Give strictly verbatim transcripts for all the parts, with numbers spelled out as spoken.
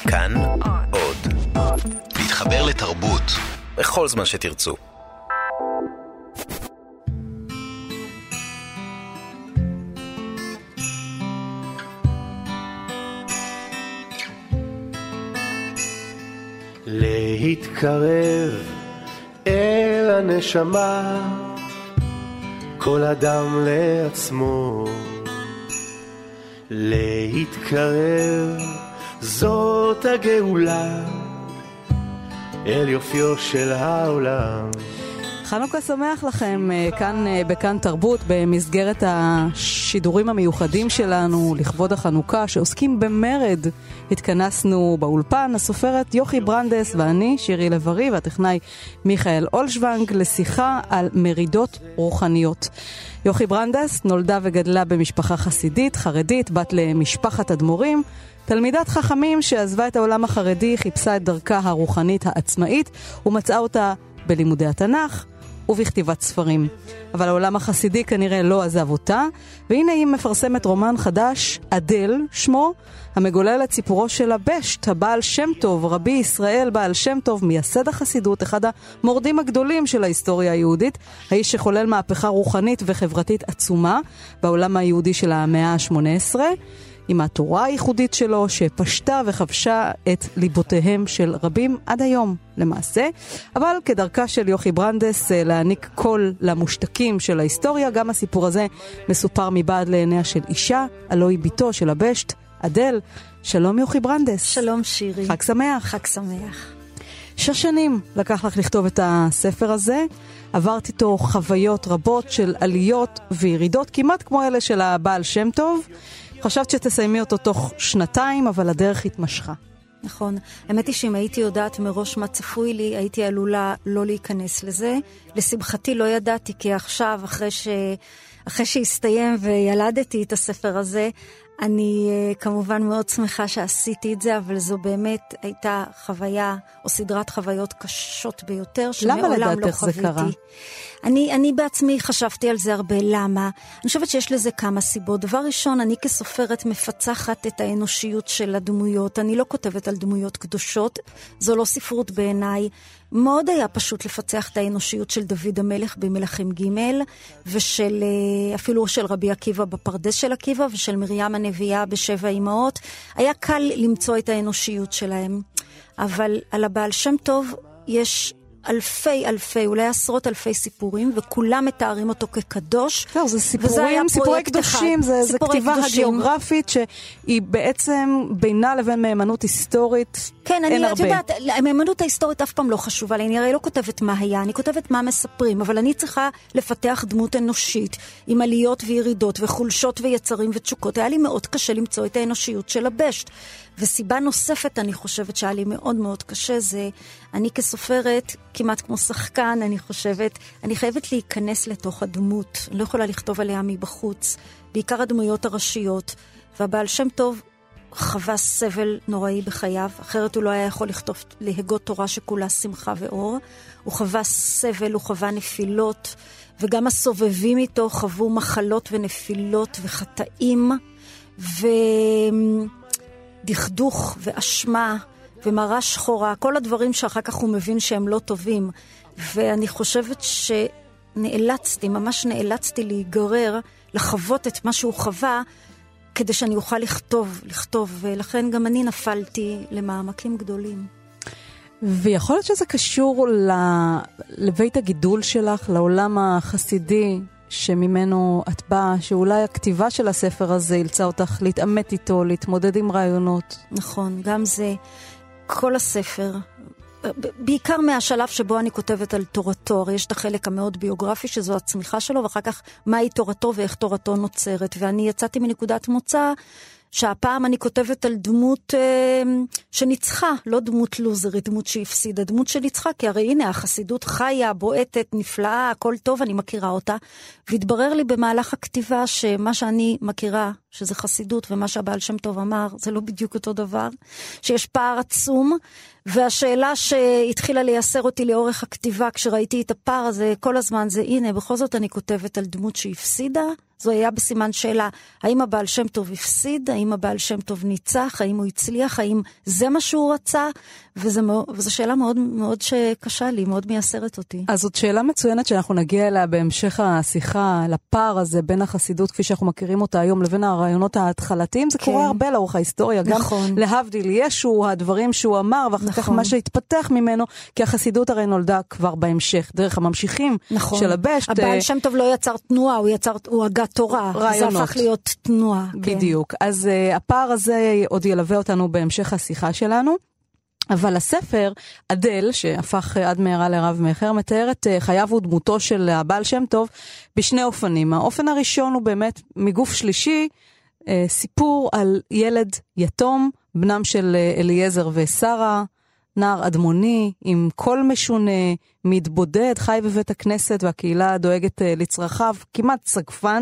כאן עוד. להתחבר לתרבות בכל זמן שתרצו. להתקרב אל הנשמה, כל אדם לעצמו. להתקרב זאת הגאולה, אל יופיו של העולם. חנוכה שמח לכם כאן בכאן תרבות, במסגרת השידורים המיוחדים שלנו לכבוד החנוכה שעוסקים במרד. התכנסנו באולפן הסופרת יוכי ברנדס ואני שירי לב-ארי והטכנאי מיכאל אולשוונג לשיחה על מרידות רוחניות. יוכי ברנדס נולדה וגדלה במשפחה חסידית חרדית, בת למשפחת אדמו"רים, תלמידת חכמים שעזבה את העולם החרדי, חיפשה את דרכה הרוחנית העצמאית ומצאה אותה בלימודי התנ"ך ובכתיבת ספרים. אבל העולם החסידי כנראה לא עזב אותה, והנה היא מפרסמת רומן חדש, אדל שמו, המגולל את סיפורו של הבשט, הבעל שם טוב, רבי ישראל בעל שם טוב, מייסד החסידות, אחד המורדים הגדולים של ההיסטוריה היהודית, האיש שחולל מהפכה רוחנית וחברתית עצומה בעולם היהודי של המאה ה-שמונה עשרה, עם התורה הייחודית שלו שפשטה וחבשה את ליבותיהם של רבים עד היום למעשה. אבל כדרכה של יוכי ברנדס להעניק קול למושתקים של ההיסטוריה, גם הסיפור הזה מסופר מבעד לעיניה של אישה, הלוא היא ביתו של הבשט, אדל. שלום יוכי ברנדס. שלום שירי. חג שמח. חג שמח. שש שנים לקח לך לכתוב את הספר הזה, עברת איתו חוויות רבות של עליות וירידות, כמעט כמו אלה של הבעל שם טוב. חשבת שתסיימי אותו תוך שנתיים, אבל הדרך התמשכה. נכון. האמת היא שאם הייתי יודעת מראש מה צפוי לי, הייתי עלולה לא להיכנס לזה. לשמחתי לא ידעתי, כי עכשיו, אחרי ש... אחרי שהסתיים וילדתי את הספר הזה, אני כמובן מאוד שמחה שעשיתי את זה, אבל זו באמת הייתה חוויה או סדרת חוויות קשות ביותר, שמעולם לא חוויתי. למה לדעת איך זה קרה? אני, אני בעצמי חשבתי על זה הרבה. למה? אני חושבת שיש לזה כמה סיבות. דבר ראשון, אני כסופרת מפצחת את האנושיות של הדמויות. אני לא כותבת על דמויות קדושות. זו לא ספרות בעיניי. מאוד היה פשוט לפצח את האנושיות של דוד המלך במלכים ג' ושל אפילו של רבי עקיבא בפרדס של עקיבא ושל מרים הנביאה בשבע אמהות. היה קל למצוא את האנושיות שלהם. אבל על הבעל שם טוב יש אלפי אלפי, אולי עשרות אלפי סיפורים, וכולם מתארים אותו כקדוש. לא, זה סיפורים, סיפורי קדושים, זה, זה כתיבה הגיאוגרפית שהיא בעצם בינה לבין מהימנות היסטורית. כן, אני, את יודעת, המהימנות ההיסטורית אף פעם לא חשובה, אני הרי לא כותבת מה היה, אני כותבת מה מספרים, אבל אני צריכה לפתח דמות אנושית, עם עליות וירידות, וחולשות ויצרים ותשוקות. היה לי מאוד קשה למצוא את האנושיות של הבשט. וסיבה נוספת, אני חושבת שהיה לי מאוד מאוד קשה, זה אני כסופרת, כמעט כמו שחקן, אני חושבת, אני חייבת להיכנס לתוך הדמות. אני לא יכולה לכתוב עליה מבחוץ, בעיקר הדמויות הראשיות. והבעל שם טוב חווה סבל נוראי בחייו, אחרת הוא לא היה יכול לכתוב להגות תורה שכולה שמחה ואור. הוא חווה סבל, הוא חווה נפילות, וגם הסובבים איתו חוו מחלות ונפילות וחטאים, ו... דכדוך ואשמה ומראה שחורה, כל הדברים שאחר כך הוא מבין שהם לא טובים. ואני חושבת שנאלצתי, ממש נאלצתי להיגרר, לחוות את מה שהוא חווה, כדי שאני אוכל לכתוב, לכתוב, ולכן גם אני נפלתי למעמקים גדולים. ויכול להיות שזה קשור לבית הגידול שלך, לעולם החסידי, שממנו את באה, שאולי הכתיבה של הספר הזה אילצה אותך להתאמת איתו, להתמודד עם רעיונות. נכון, גם זה, כל הספר, בעיקר מהשלב שבו אני כותבת על תורתו, הרי יש את החלק המאוד ביוגרפי שזו הצמיחה שלו, ואחר כך מהי תורתו ואיך תורתו נוצרת. ואני יצאתי מנקודת מוצא שהפעם אני כותבת על דמות אה, שניצחה, לא דמות לוזרית, דמות שהפסידה, דמות שניצחה, כי הרי הנה החסידות חיה, בועטת, נפלאה, הכל טוב, אני מכירה אותה, והתברר לי במהלך הכתיבה שמה שאני מכירה, שזה חסידות, ומה שהבעל שם טוב אמר, זה לא בדיוק אותו דבר, שיש פער עצום, והשאלה שהתחילה לייסר אותי לאורך הכתיבה, כשראיתי את הפער הזה כל הזמן, זה הנה, בכל זאת אני כותבת על דמות שהפסידה, זו היה בסימן שאלה, האם הבעל שם טוב הפסיד, האם הבעל שם טוב ניצח, האם הוא הצליח, האם זה מה שהוא רצה, וזה, וזו שאלה מאוד מאוד שקשה לי, מאוד מייסרת אותי. אז זאת שאלה מצוינת שאנחנו נגיע אליה בהמשך השיחה, לפער הזה בין החסידות, כפי שאנחנו מכירים אותה היום, לבין הרעיונות ההתחלתיים, זה כן. קורה הרבה לאורך ההיסטוריה, נכון. גם להבדיל ישו, הדברים שהוא אמר, ואחר נכון. כך מה שהתפתח ממנו, כי החסידות הרי נולדה כבר בהמשך, דרך הממשיכים נכון. של הבשט. הבעל שם טוב לא יצר תנועה, הוא יצר, הוא הגה תורה, רעיונות. זה הפך להיות תנועה. בדיוק, כן. אז uh, הפער הזה עוד ילווה אותנו בהמשך השיחה שלנו, אבל הספר, אדל, שהפך עד מהרה לרב מחר, מתאר את חייו ודמותו של הבעל שם טוב בשני אופנים. האופן הראשון הוא באמת מגוף שלישי, סיפור על ילד יתום, בנם של אליעזר ושרה, נער אדמוני, עם קול משונה, מתבודד, חי בבית הכנסת, והקהילה דואגת לצרכיו, כמעט סגפן,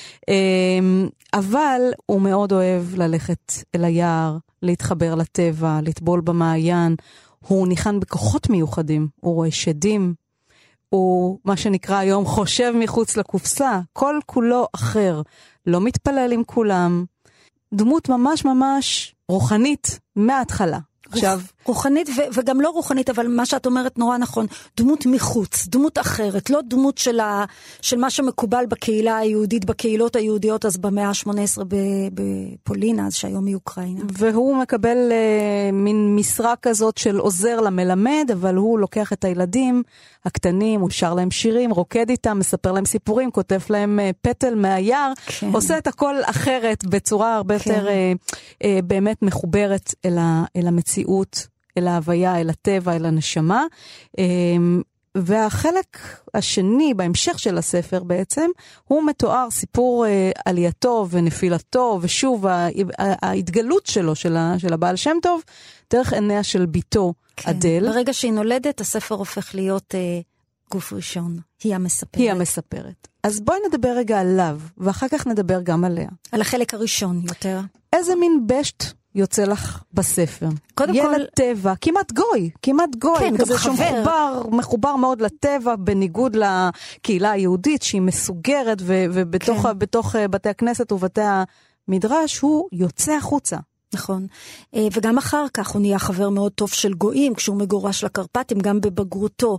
אבל הוא מאוד אוהב ללכת אל היער, להתחבר לטבע, לטבול במעיין, הוא ניחן בכוחות מיוחדים, הוא רואה שדים, הוא מה שנקרא היום חושב מחוץ לקופסה, כל כולו אחר, לא מתפלל עם כולם, דמות ממש ממש רוחנית מההתחלה. עכשיו, רוחנית ו- וגם לא רוחנית, אבל מה שאת אומרת נורא נכון, דמות מחוץ, דמות אחרת, לא דמות של, ה- של מה שמקובל בקהילה היהודית, בקהילות היהודיות, אז במאה ה-שמונה עשרה בפולינה, אז שהיום היא אוקראינה. והוא מקבל uh, מין משרה כזאת של עוזר למלמד, אבל הוא לוקח את הילדים הקטנים, הוא שר להם שירים, רוקד איתם, מספר להם סיפורים, כותב להם uh, פטל מהיער, כן. עושה את הכל אחרת, בצורה הרבה כן. יותר uh, uh, באמת מחוברת אל, ה- אל המציאות, אל ההוויה, אל הטבע, אל הנשמה. והחלק השני, בהמשך של הספר בעצם, הוא מתואר סיפור עלייתו ונפילתו, ושוב ההתגלות שלו, של הבעל שם טוב, דרך עיניה של ביתו אדל. ברגע שהיא נולדת, הספר הופך להיות גוף ראשון. היא המספרת. היא המספרת. אז בואי נדבר רגע עליו, ואחר כך נדבר גם עליה. על החלק הראשון יותר. איזה מין בשט יוצא לך בספר. קודם ילד כל... טבע, כמעט גוי, כמעט גוי. כן, כזה גם חבר. שמחובר, מחובר מאוד לטבע, בניגוד לקהילה היהודית, שהיא מסוגרת, ו- ובתוך כן. בתוך בתי הכנסת ובתי המדרש, הוא יוצא החוצה. נכון. וגם אחר כך הוא נהיה חבר מאוד טוב של גויים, כשהוא מגורש לקרפטים, גם בבגרותו.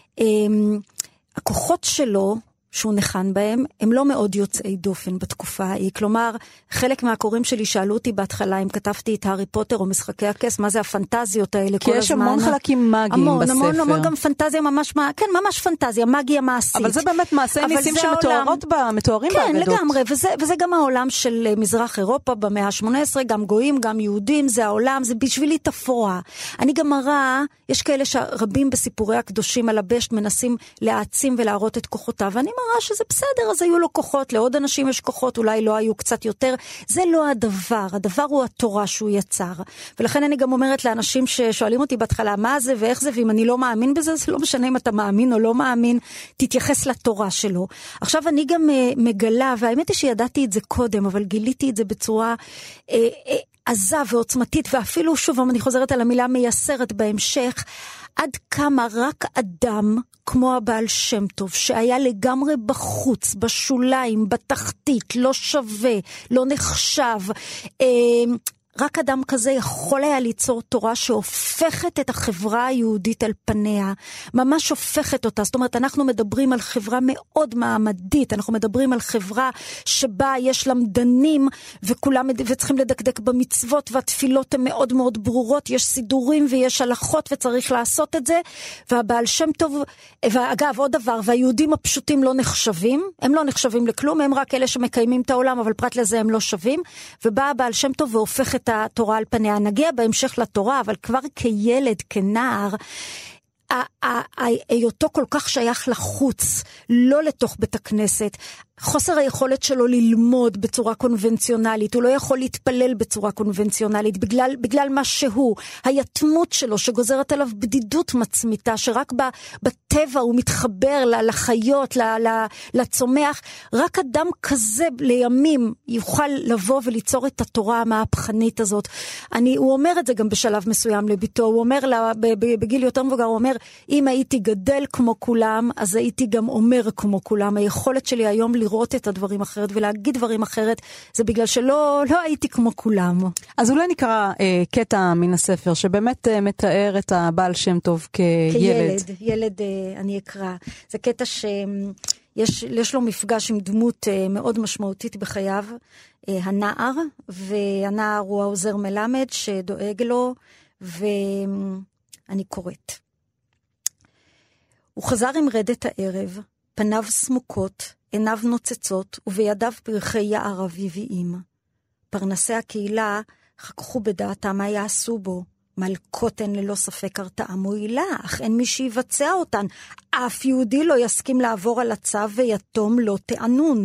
הכוחות שלו, שהוא נחן בהם, הם לא מאוד יוצאי דופן בתקופה ההיא. כלומר, חלק מהקוראים שלי שאלו אותי בהתחלה אם כתבתי את הארי פוטר או משחקי הכס, מה זה הפנטזיות האלה כל הזמן. כי יש המון חלקים מאגיים המון, בספר. המון, המון גם פנטזיה ממש, כן, ממש פנטזיה, מאגיה מעשית. אבל זה באמת מעשי ניסים שמתוארות בה, מתוארים באגדות. כן, לגמרי, וזה, וזה גם העולם של מזרח אירופה במאה ה-שמונה עשרה, גם גויים, גם יהודים, זה העולם, זה בשבילי תפורה. אני גם מראה, יש כאלה שרבים בסיפורי הקדושים על הבשט מנסים להעצים ולהראות את כוחותיו, ואני מראה שזה בסדר, אז היו לו כוחות, לעוד אנשים יש כוחות, אולי לא היו קצת יותר, זה לא הדבר, הדבר הוא התורה שהוא יצר, ולכן אני גם אומרת לאנשים ששואלים אותי בהתחלה, מה זה ואיך זה, ואם אני לא מאמין בזה, זה לא משנה אם אתה מאמין או לא מאמין, תתייחס לתורה שלו. עכשיו אני גם uh, מגלה, והאמת היא שידעתי את זה קודם, אבל גיליתי את זה בצורה uh, uh, עזה ועוצמתית, ואפילו שוב, אני חוזרת על המילה מייסרת בהמשך, עד כמה רק אדם כמו הבעל שם טוב, שהיה לגמרי בחוץ, בשוליים, בתחתית, לא שווה, לא נחשב, אה, רק אדם כזה יכול היה ליצור תורה שהופכת את החברה היהודית על פניה, ממש הופכת אותה. זאת אומרת, אנחנו מדברים על חברה מאוד מעמדית, אנחנו מדברים על חברה שבה יש למדנים וכולם וצריכים לדקדק במצוות, והתפילות הן מאוד מאוד ברורות, יש סידורים ויש הלכות וצריך לעשות את זה, והבעל שם טוב, ואגב עוד דבר, והיהודים הפשוטים לא נחשבים, הם לא נחשבים לכלום, הם רק אלה שמקיימים את העולם, אבל פרט לזה הם לא שווים, ובא הבעל שם טוב והופך את התורה על פניה. נגיע בהמשך לתורה, אבל כבר כילד, כנער, היותו כל כך שייך לחוץ, לא לתוך בית הכנסת, חוסר היכולת שלו ללמוד בצורה קונבנציונלית, הוא לא יכול להתפלל בצורה קונבנציונלית, בגלל, בגלל מה שהוא, היתמות שלו שגוזרת עליו בדידות מצמיתה, שרק בטבע הוא מתחבר לחיות, לצומח, רק אדם כזה לימים יוכל לבוא וליצור את התורה המהפכנית הזאת. אני, הוא אומר את זה גם בשלב מסוים לביתו, הוא אומר לה, בגיל יותר מבוגר, הוא אומר, אם הייתי גדל כמו כולם, אז הייתי גם אומר כמו כולם. היכולת שלי היום לראות את הדברים אחרת ולהגיד דברים אחרת, זה בגלל שלא לא הייתי כמו כולם. אז אולי נקרא אה, קטע מן הספר, שבאמת אה, מתאר את הבעל שם טוב כילד. כילד, ילד אה, אני אקרא. זה קטע שיש יש לו מפגש עם דמות אה, מאוד משמעותית בחייו, אה, הנער, והנער הוא העוזר מלמד שדואג לו, ואני קוראת. הוא חזר עם רדת הערב, פניו סמוקות, עיניו נוצצות, ובידיו פרחי יער אביביים. פרנסי הקהילה חככו בדעתם מה יעשו בו. מלכות הן ללא ספק הרתעה מועילה, אך אין מי שיבצע אותן. אף יהודי לא יסכים לעבור על הצו ויתום לא תענון.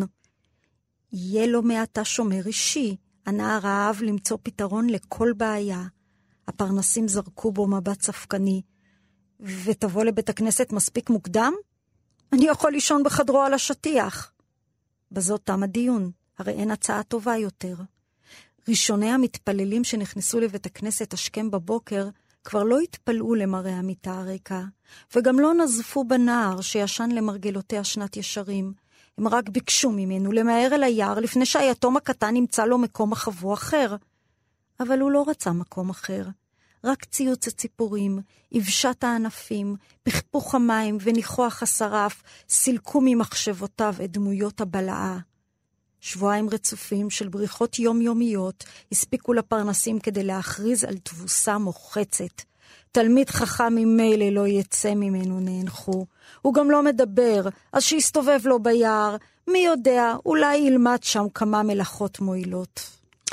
יהיה לו מעתה שומר אישי. הנער אהב למצוא פתרון לכל בעיה. הפרנסים זרקו בו מבט ספקני. ותבוא לבית הכנסת מספיק מוקדם? אני יכול לישון בחדרו על השטיח. בזאת תם הדיון, הרי אין הצעה טובה יותר. ראשוני המתפללים שנכנסו לבית הכנסת השכם בבוקר כבר לא התפלאו למראה המיטה הריקה, וגם לא נזפו בנער שישן למרגלותיה שנת ישרים. הם רק ביקשו ממנו למהר אל היער לפני שהיתום הקטן נמצא לו מקום החבוא אחר. אבל הוא לא רצה מקום אחר. רק ציוץ הציפורים, יבשת הענפים, פכפוך המים וניחוח השרף סילקו ממחשבותיו את דמויות הבלעה. שבועיים רצופים של בריחות יומיומיות הספיקו לפרנסים כדי להכריז על תבוסה מוחצת. תלמיד חכם ממילא לא יצא ממנו נאנחו. הוא גם לא מדבר, אז שיסתובב לו ביער. מי יודע, אולי ילמד שם כמה מלאכות מועילות.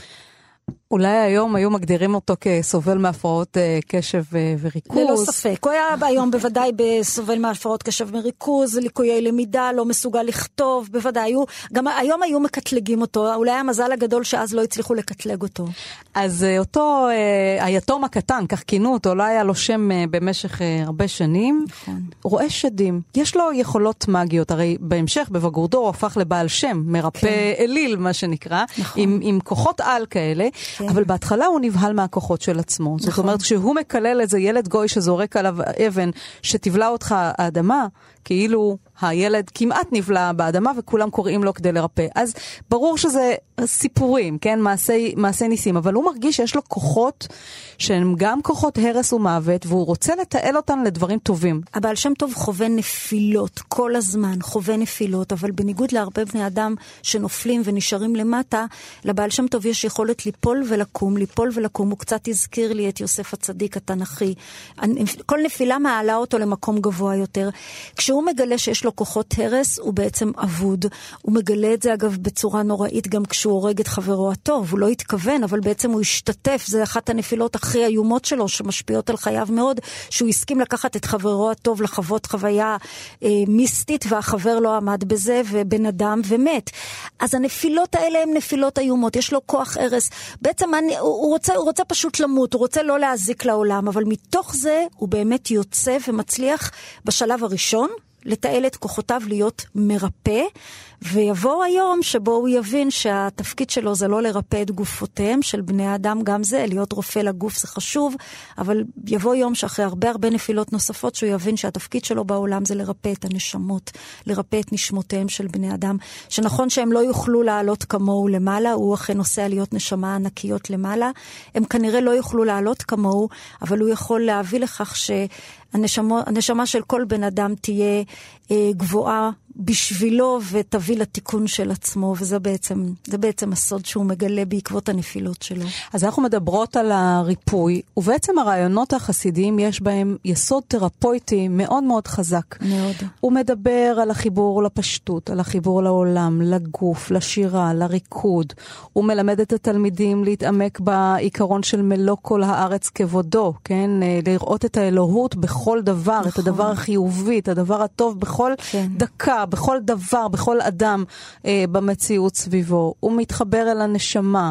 אולי היום היו מגדירים אותו כסובל מהפרעות קשב וריכוז. ללא ספק. הוא היה היום בוודאי בסובל מהפרעות קשב וריכוז, ליקויי למידה, לא מסוגל לכתוב, בוודאי. היו, גם היום היו מקטלגים אותו, אולי המזל הגדול שאז לא הצליחו לקטלג אותו. אז אותו, היתום הקטן, כך כינו אותו, לא היה לו שם במשך הרבה שנים. נכון. רואה שדים. יש לו יכולות מגיות, הרי בהמשך, בבגרודו, הוא הפך לבעל שם, מרפא כן. אליל, מה שנקרא, נכון. עם, עם כוחות על כאלה. כן. אבל בהתחלה הוא נבהל מהכוחות של עצמו. נכון. זאת אומרת, כשהוא מקלל איזה ילד גוי שזורק עליו אבן, שתבלה אותך האדמה, כאילו הילד כמעט נבלה באדמה, וכולם קוראים לו כדי לרפא. אז ברור שזה סיפורים, כן? מעשי, מעשי ניסים, אבל הוא מרגיש שיש לו כוחות, שהם גם כוחות הרס ומוות, והוא רוצה לתעל אותן לדברים טובים. הבעל שם טוב חווה נפילות, כל הזמן חווה נפילות, אבל בניגוד להרבה בני אדם שנופלים ונשארים למטה, לבעל שם טוב יש יכולת ליפול ולקום, ליפול ולקום. הוא קצת הזכיר לי את יוסף הצדיק התנ"כי. כל נפילה מעלה אותו למקום גבוה יותר. כשהוא מגלה שיש לו כוחות הרס, הוא בעצם אבוד. הוא מגלה את זה אגב בצורה נוראית גם כשהוא הורג את חברו הטוב. הוא לא התכוון, אבל בעצם הוא השתתף. זה אחת הנפילות הכי איומות שלו, שמשפיעות על חייו מאוד, שהוא הסכים לקחת את חברו הטוב לחוות חוויה אה, מיסטית, והחבר לא עמד בזה, ובן אדם ומת. אז הנפילות האלה הן נפילות איומות. יש לו כוח הרס. בעצם אני, הוא, הוא, רוצה, הוא רוצה פשוט למות, הוא רוצה לא להזיק לעולם, אבל מתוך זה הוא באמת יוצא ומצליח בשלב הראשון, לתעל את כוחותיו להיות מרפא, ויבוא היום שבו הוא יבין שהתפקיד שלו זה לא לרפא את גופותיהם של בני האדם, גם זה, להיות רופא לגוף זה חשוב, אבל יבוא יום שאחרי הרבה הרבה נפילות נוספות, שהוא יבין שהתפקיד שלו בעולם זה לרפא את הנשמות, לרפא את נשמותיהם של בני אדם, שנכון שהם לא יוכלו לעלות כמוהו למעלה, הוא אכן נוסע להיות נשמה ענקיות למעלה, הם כנראה לא יוכלו לעלות כמוהו, אבל הוא יכול להביא לכך ש... הנשמה, הנשמה של כל בן אדם תהיה אה, גבוהה בשבילו ותביא לתיקון של עצמו, וזה בעצם, זה בעצם הסוד שהוא מגלה בעקבות הנפילות שלו. אז אנחנו מדברות על הריפוי, ובעצם הרעיונות החסידיים יש בהם יסוד תרפויטי מאוד מאוד חזק. מאוד. הוא מדבר על החיבור לפשטות, על החיבור לעולם, לגוף, לשירה, לריקוד. הוא מלמד את התלמידים להתעמק בעיקרון של מלוא כל הארץ כבודו, כן? לראות את האלוהות בכל דבר, נכון. את הדבר החיובי, את הדבר הטוב בכל כן. דקה, בכל דבר, בכל אדם אה, במציאות סביבו. הוא מתחבר אל הנשמה.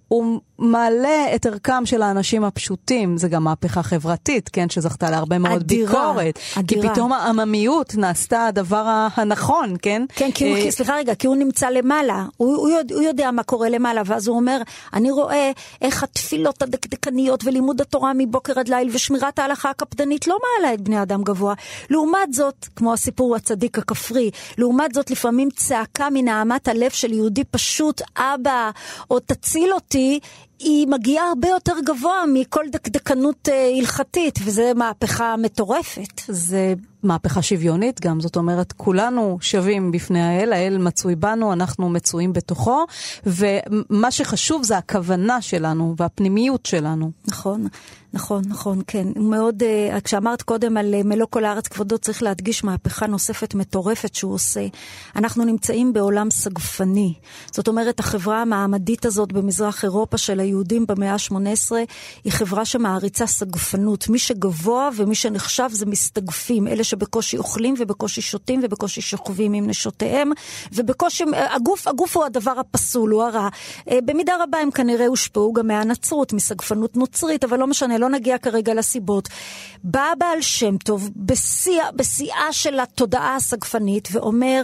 הוא מעלה את ערכם של האנשים הפשוטים, זה גם מהפכה חברתית, כן, שזכתה להרבה מאוד אדירה, ביקורת. אדירה. כי פתאום העממיות נעשתה הדבר הנכון, כן? כן, כי הוא, סליחה רגע, כי הוא נמצא למעלה, הוא, הוא, יודע, הוא יודע מה קורה למעלה, ואז הוא אומר, אני רואה איך התפילות הדקדקניות ולימוד התורה מבוקר עד ליל ושמירת ההלכה הקפדנית לא מעלה את בני אדם גבוה. לעומת זאת, כמו הסיפור הצדיק הכפרי, לעומת זאת לפעמים צעקה מנעמת הלב של יהודי פשוט, אבא, או תציל אותי, היא מגיעה הרבה יותר גבוה מכל דקדקנות הלכתית, וזה מהפכה מטורפת. זה מהפכה שוויונית גם, זאת אומרת, כולנו שווים בפני האל, האל מצוי בנו, אנחנו מצויים בתוכו, ומה שחשוב זה הכוונה שלנו והפנימיות שלנו. נכון. נכון, נכון, כן. מאוד, uh, כשאמרת קודם על uh, מלוא כל הארץ כבודו, צריך להדגיש מהפכה נוספת מטורפת שהוא עושה. אנחנו נמצאים בעולם סגפני. זאת אומרת, החברה המעמדית הזאת במזרח אירופה של היהודים במאה ה-שמונה עשרה, היא חברה שמעריצה סגפנות. מי שגבוה ומי שנחשב זה מסתגפים. אלה שבקושי אוכלים ובקושי שותים ובקושי שוכבים עם נשותיהם, ובקושי, הגוף, הגוף הוא הדבר הפסול, הוא הרע. Uh, במידה רבה הם כנראה הושפעו גם מהנצרות, מסגפנות נוצרית, אבל לא משנה, לא נגיע כרגע לסיבות. בא בעל שם טוב בשיאה, בשיאה של התודעה הסגפנית ואומר,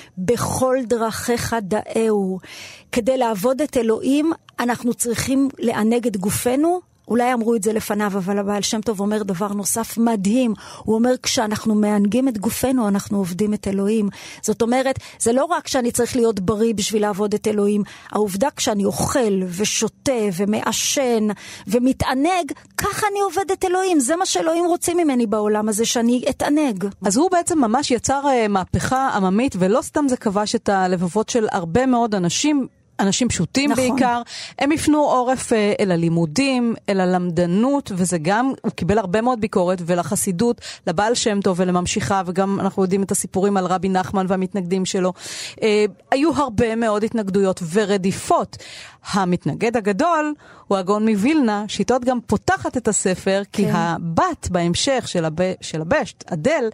בכל דרכיך דאהו. כדי לעבוד את אלוהים, אנחנו צריכים לענג את גופנו, אולי אמרו את זה לפניו, אבל הבעל שם טוב אומר דבר נוסף מדהים. הוא אומר, כשאנחנו מענגים את גופנו, אנחנו עובדים את אלוהים. זאת אומרת, זה לא רק שאני צריך להיות בריא בשביל לעבוד את אלוהים. העובדה כשאני אוכל ושותה ומעשן ומתענג, ככה אני עובד את אלוהים. זה מה שאלוהים רוצים ממני בעולם הזה, שאני אתענג. אז הוא בעצם ממש יצר מהפכה עממית, ולא סתם זה כבש את הלבבות של הרבה מאוד אנשים, אנשים פשוטים נכון. בעיקר, הם יפנו עורף אל הלימודים, אל הלמדנות, וזה גם, הוא קיבל הרבה מאוד ביקורת, ולחסידות, לבעל שם טוב ולממשיכה, וגם אנחנו יודעים את הסיפורים על רבי נחמן והמתנגדים שלו. אה, היו הרבה מאוד התנגדויות ורדיפות. המתנגד הגדול הוא הגאון מווילנה, שאיתו גם פותחת את הספר, כי כן. הבת בהמשך של, הב... של הבשט, אדל,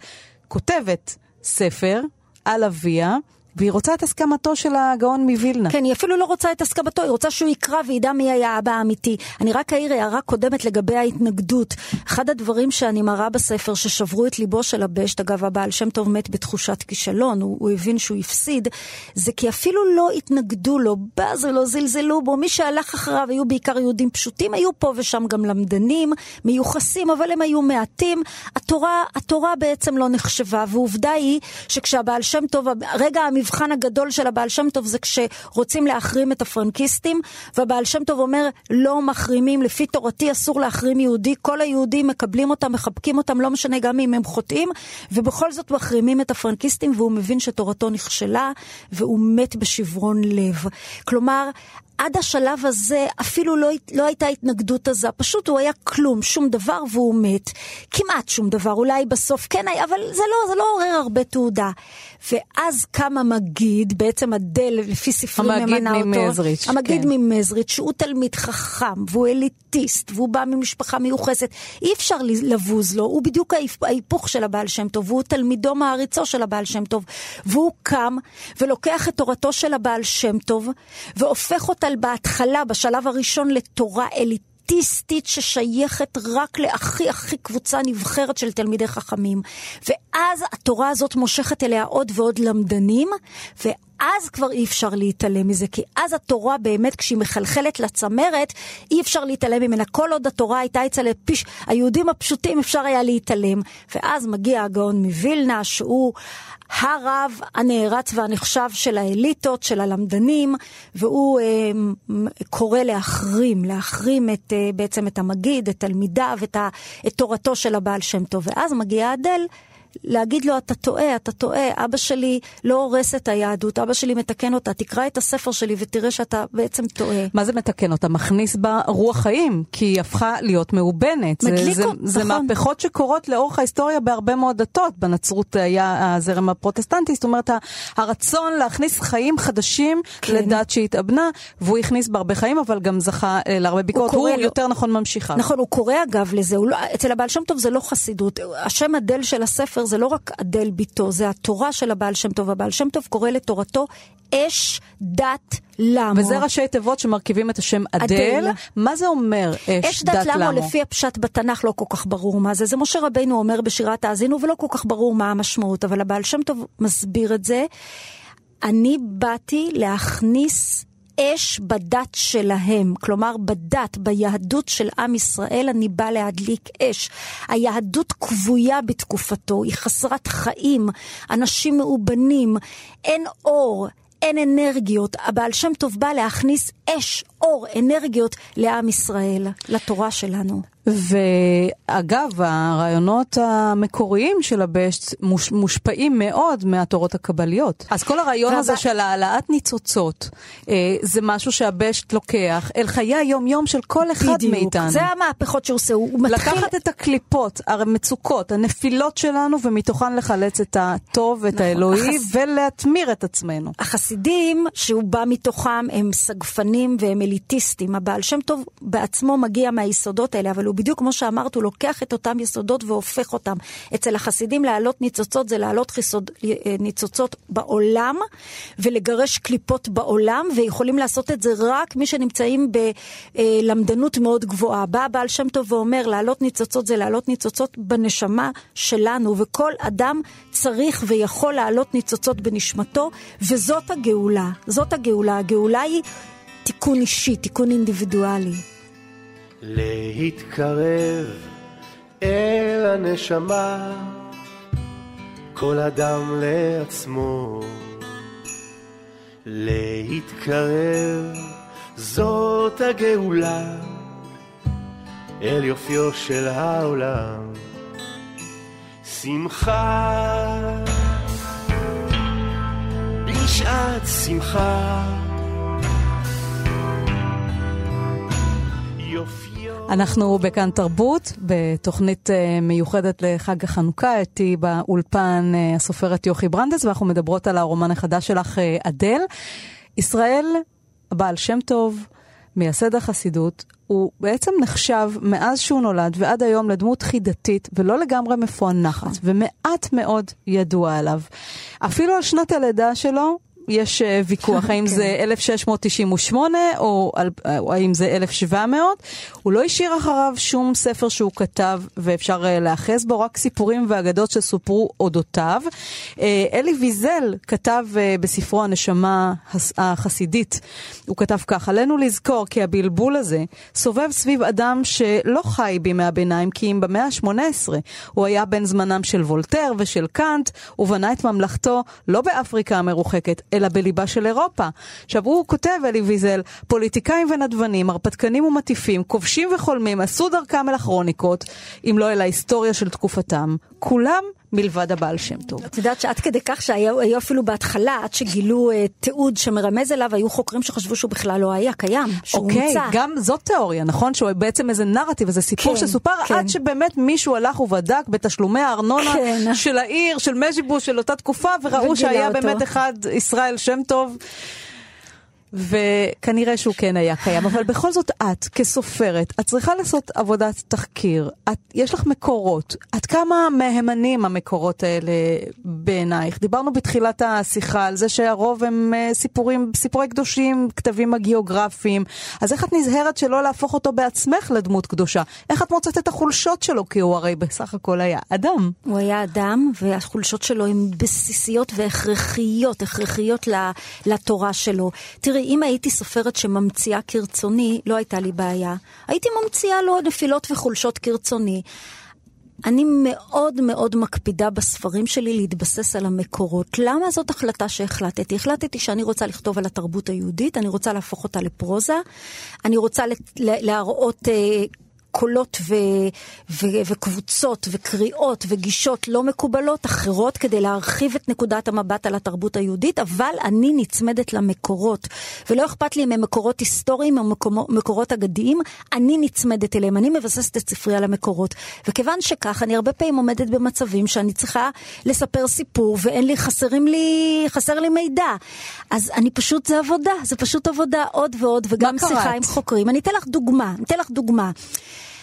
כותבת ספר על אביה, והיא רוצה את הסכמתו של הגאון מווילנה. כן, היא אפילו לא רוצה את הסכמתו, היא רוצה שהוא יקרא וידע מי היה האבא האמיתי. אני רק אעיר הערה קודמת לגבי ההתנגדות. אחד הדברים שאני מראה בספר ששברו את ליבו של הבשט, אגב, הבעל שם טוב מת בתחושת כישלון, הוא, הוא הבין שהוא הפסיד, זה כי אפילו לא התנגדו לו, בזו לא זלזלו בו, מי שהלך אחריו היו בעיקר יהודים פשוטים, היו פה ושם גם למדנים, מיוחסים, אבל הם היו מעטים. התורה, התורה בעצם לא נחשבה, ועובדה היא שכשהבעל שם טוב, רגע המבחן הגדול של הבעל שם טוב זה כשרוצים להחרים את הפרנקיסטים, והבעל שם טוב אומר, לא מחרימים, לפי תורתי אסור להחרים יהודי, כל היהודים מקבלים אותם, מחבקים אותם, לא משנה גם אם הם חוטאים, ובכל זאת מחרימים את הפרנקיסטים, והוא מבין שתורתו נכשלה, והוא מת בשברון לב. כלומר, עד השלב הזה אפילו לא, לא הייתה התנגדות הזה, פשוט הוא היה כלום, שום דבר והוא מת. כמעט שום דבר, אולי בסוף כן היה, אבל זה לא, זה לא עורר הרבה תעודה. ואז קם המגיד, בעצם אדל, לפי ספרים ממנה אותו. המגיד ממזריץ'. המגיד כן. ממזריץ', שהוא תלמיד חכם, והוא אליטיסט, והוא בא ממשפחה מיוחסת. אי אפשר לבוז לו, הוא בדיוק ההיפוך של הבעל שם טוב, והוא תלמידו מעריצו של הבעל שם טוב. והוא קם ולוקח את תורתו של הבעל שם טוב, והופך אותה בהתחלה, בשלב הראשון, לתורה אליטיסטית ששייכת רק להכי הכי קבוצה נבחרת של תלמידי חכמים. ואז התורה הזאת מושכת אליה עוד ועוד למדנים, ואז כבר אי אפשר להתעלם מזה, כי אז התורה באמת, כשהיא מחלחלת לצמרת, אי אפשר להתעלם ממנה. כל עוד התורה הייתה אצל הפיש, היהודים הפשוטים אפשר היה להתעלם. ואז מגיע הגאון מווילנה, שהוא הרב הנערץ והנחשב של האליטות, של הלמדנים, והוא אה, קורא להחרים, להחרים את, אה, בעצם את המגיד, את תלמידיו, את, ה, את תורתו של הבעל שם טוב. ואז מגיע אדל, להגיד לו, אתה טועה, אתה טועה, אבא שלי לא הורס את היהדות, אבא שלי מתקן אותה, תקרא את הספר שלי ותראה שאתה בעצם טועה. מה זה מתקן אותה? מכניס בה רוח חיים, כי היא הפכה להיות מאובנת. זה, זה, זה נכון. מהפכות שקורות לאורך ההיסטוריה בהרבה מאוד דתות. בנצרות היה הזרם הפרוטסטנטי, זאת אומרת, הרצון להכניס חיים חדשים כן. לדת שהתאבנה, והוא הכניס בהרבה חיים, אבל גם זכה להרבה ביקורת. הוא, הוא יותר נכון ממשיכה. נכון, הוא קורא אגב לזה, לא, אצל הבעל שם טוב זה לא חסידות. השם הדל של הספר זה לא רק אדל ביתו, זה התורה של הבעל שם טוב. הבעל שם טוב קורא לתורתו אש דת למו. וזה ראשי תיבות שמרכיבים את השם אדל. אדל. מה זה אומר אש, אש דת, דת למו? למו לפי הפשט בתנ"ך לא כל כך ברור מה זה. זה משה רבינו אומר בשירת האזינו ולא כל כך ברור מה המשמעות, אבל הבעל שם טוב מסביר את זה. אני באתי להכניס אש בדת שלהם, כלומר בדת, ביהדות של עם ישראל אני בא להדליק אש. היהדות כבויה בתקופתו, היא חסרת חיים, אנשים מאובנים, אין אור, אין אנרגיות. הבעל שם טוב בא להכניס אש, אור, אנרגיות לעם ישראל, לתורה שלנו. ואגב, הרעיונות המקוריים של הבשט מוש, מושפעים מאוד מהתורות הקבליות. אז כל הרעיון והבא... הזה של העלאת ניצוצות, אה, זה משהו שהבשט לוקח אל חיי היום-יום של כל אחד בדיוק. מאיתנו. זה המהפכות שהוא עושה. הוא מתחיל... לקחת את הקליפות, המצוקות, הנפילות שלנו, ומתוכן לחלץ את הטוב, את נכון. האלוהי, החס... ולהתמיר את עצמנו. החסידים, שהוא בא מתוכם, הם סגפנים והם אליטיסטים. הבעל שם טוב בעצמו מגיע מהיסודות האלה, אבל הוא בדיוק כמו שאמרת, הוא לוקח את אותם יסודות והופך אותם. אצל החסידים לעלות ניצוצות זה לעלות חיסוד, ניצוצות בעולם ולגרש קליפות בעולם, ויכולים לעשות את זה רק מי שנמצאים בלמדנות מאוד גבוהה. בא בעל שם טוב ואומר, לעלות ניצוצות זה לעלות ניצוצות בנשמה שלנו, וכל אדם צריך ויכול לעלות ניצוצות בנשמתו, וזאת הגאולה. זאת הגאולה. הגאולה היא תיקון אישי, תיקון אינדיבידואלי. להתקרב אל הנשמה, כל אדם לעצמו. להתקרב זאת הגאולה, אל יופיו של העולם. שמחה בשעת שמחה, אנחנו בכאן תרבות, בתוכנית מיוחדת לחג החנוכה, איתי באולפן הסופרת יוכי ברנדס, ואנחנו מדברות על הרומן החדש שלך אדל. ישראל, הבעל שם טוב, מייסד החסידות, הוא בעצם נחשב מאז שהוא נולד ועד היום לדמות חידתית ולא לגמרי מפוענחת, ומעט מאוד ידוע עליו. אפילו על שנת הלידה שלו, יש ויכוח, האם זה אלף שש מאות תשעים ושמונה או, או האם זה אלף שבע מאות. הוא לא השאיר אחריו שום ספר שהוא כתב ואפשר לאחז בו, רק סיפורים ואגדות שסופרו אודותיו. אלי ויזל כתב בספרו הנשמה החסידית, הוא כתב כך: עלינו לזכור כי הבלבול הזה סובב סביב אדם שלא חי בימי הביניים, כי אם במאה ה-שמונה עשרה הוא היה בן זמנם של וולטר ושל קאנט, ובנה את ממלכתו לא באפריקה המרוחקת אלא בליבה של אירופה. עכשיו הוא כותב, אלי ויזל, פוליטיקאים ונדבנים, הרפתקנים ומטיפים, כובשים וחולמים, עשו דרכם אל הכרוניקות, אם לא אל ההיסטוריה של תקופתם. כולם מלבד הבעל שם טוב. את יודעת שעד כדי כך שהיו אפילו בהתחלה, עד שגילו uh, תיעוד שמרמז אליו, היו חוקרים שחשבו שהוא בכלל לא היה קיים, שהוא אוקיי, מוצא. גם זאת תיאוריה, נכון? שהוא בעצם איזה נרטיב, איזה סיפור כן, שסופר, כן. עד שבאמת מישהו הלך ובדק בתשלומי הארנונה כן. של העיר, של מז'יבוש, של אותה תקופה, וראו שהיה אותו. באמת אחד ישראל שם טוב. וכנראה שהוא כן היה קיים, אבל בכל זאת את, כסופרת, את צריכה לעשות עבודת תחקיר, את, יש לך מקורות, עד כמה מהימנים המקורות האלה בעינייך? דיברנו בתחילת השיחה על זה שהרוב הם סיפורים, סיפורי קדושים, כתבים הגיאוגרפיים, אז איך את נזהרת שלא להפוך אותו בעצמך לדמות קדושה? איך את מוצאת את החולשות שלו? כי הוא הרי בסך הכל היה אדם. הוא היה אדם, והחולשות שלו הן בסיסיות והכרחיות, הכרחיות לתורה שלו. תראי, אם הייתי סופרת שממציאה כרצוני, לא הייתה לי בעיה. הייתי ממציאה לו נפילות וחולשות כרצוני. אני מאוד מאוד מקפידה בספרים שלי להתבסס על המקורות. למה זאת החלטה שהחלטתי? החלטתי שאני רוצה לכתוב על התרבות היהודית, אני רוצה להפוך אותה לפרוזה, אני רוצה להראות קולות ו- ו- וקבוצות וקריאות וגישות לא מקובלות אחרות כדי להרחיב את נקודת המבט על התרבות היהודית, אבל אני נצמדת למקורות, ולא אכפת לי אם הם מקורות היסטוריים או מקור- מקורות אגדיים, אני נצמדת אליהם, אני מבססת את ספרי על המקורות, וכיוון שכך אני הרבה פעמים עומדת במצבים שאני צריכה לספר סיפור ואין לי, חסרים לי, חסר לי מידע, אז אני פשוט, זה עבודה, זה פשוט עבודה עוד ועוד, וגם שיחה עם חוקרים. אני אתן לך דוגמה, אני אתן לך דוגמה.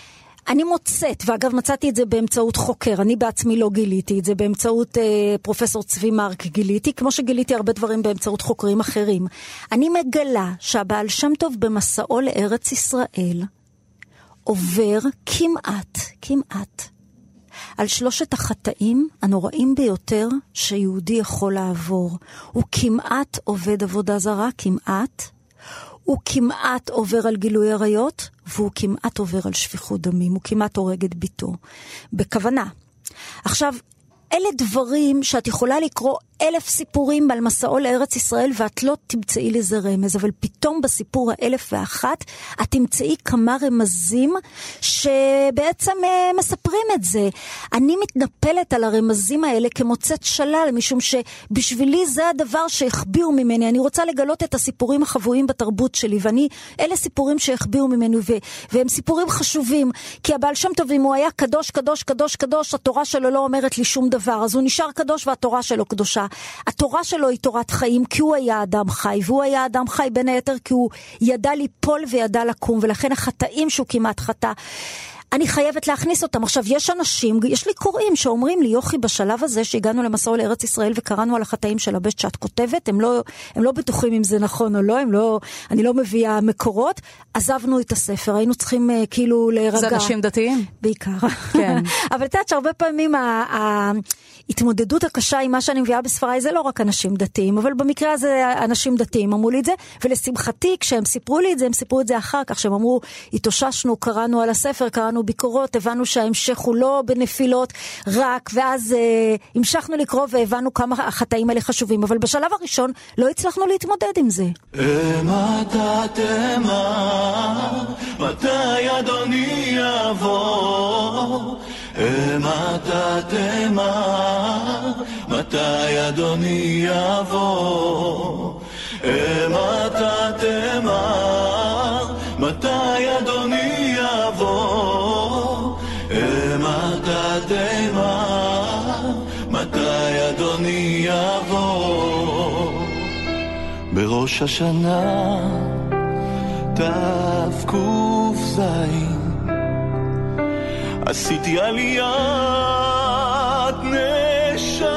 אני מוצאת, ואגב מצאתי את זה באמצעות חוקר, אני בעצמי לא גיליתי את זה, באמצעות אה, פרופסור צבי מרק גיליתי, כמו שגיליתי הרבה דברים באמצעות חוקרים אחרים. אני מגלה שהבעל שם טוב במסעו לארץ ישראל, עובר כמעט, כמעט, על שלושת החטאים הנוראים ביותר שיהודי יכול לעבור. הוא כמעט עובד עבודה זרה, כמעט, הוא כמעט עובר על גילוי עריות, והוא כמעט עובר על שפיכות דמים, הוא כמעט הורג את ביתו. בכוונה. עכשיו, אלה דברים שאת יכולה לקרוא אלף סיפורים על מסעו לארץ ישראל, ואת לא תמצאי לזה רמז, אבל פתאום בסיפור האלף ואחת, את תמצאי כמה רמזים שבעצם uh, מספרים את זה. אני מתנפלת על הרמזים האלה כמוצאת שלל, משום שבשבילי זה הדבר שהחביאו ממני. אני רוצה לגלות את הסיפורים החבויים בתרבות שלי, ואני, אלה סיפורים שהחביאו ממנו, ו- והם סיפורים חשובים, כי הבעל שם טוב, אם הוא היה קדוש, קדוש, קדוש, קדוש, התורה שלו לא אומרת לי שום דבר, אז הוא נשאר קדוש והתורה שלו קדושה. התורה שלו היא תורת חיים, כי הוא היה אדם חי, והוא היה אדם חי בין היתר כי הוא ידע ליפול וידע לקום, ולכן החטאים שהוא כמעט חטא, אני חייבת להכניס אותם. עכשיו, יש אנשים, יש לי קוראים שאומרים לי, יוכי, בשלב הזה שהגענו למסעו לארץ ישראל וקראנו על החטאים של הבשט שאת כותבת, הם לא, הם לא בטוחים אם זה נכון או לא, הם לא, אני לא מביאה מקורות, עזבנו את הספר, היינו צריכים uh, כאילו להירגע. זה אנשים דתיים? בעיקר. כן. אבל תדעת שהרבה פעמים ההתמודדות הקשה עם מה שאני מביאה בספריי, זה לא רק אנשים דתיים, אבל במקרה הזה אנשים דתיים אמרו לי את זה, ולשמחתי, כשהם סיפרו לי את זה, הם סיפרו את זה אחר כך, שהם אמרו, התאוששנו, קראנו על הספר, קראנו ביקורות, הבנו שההמשך הוא לא בנפילות רק, ואז אה, המשכנו לקרוא והבנו כמה החטאים האלה חשובים, אבל בשלב הראשון לא הצלחנו להתמודד עם זה. אמתה תמר, מתי אדוני יבוא? אמתה תמר, מתי אדוני יבוא? אמתה תמר, מתי אדוני יבוא? אמתה תמר, מתי אדוני יבוא? בראש השנה תק"ז עשיתי עליית נשמה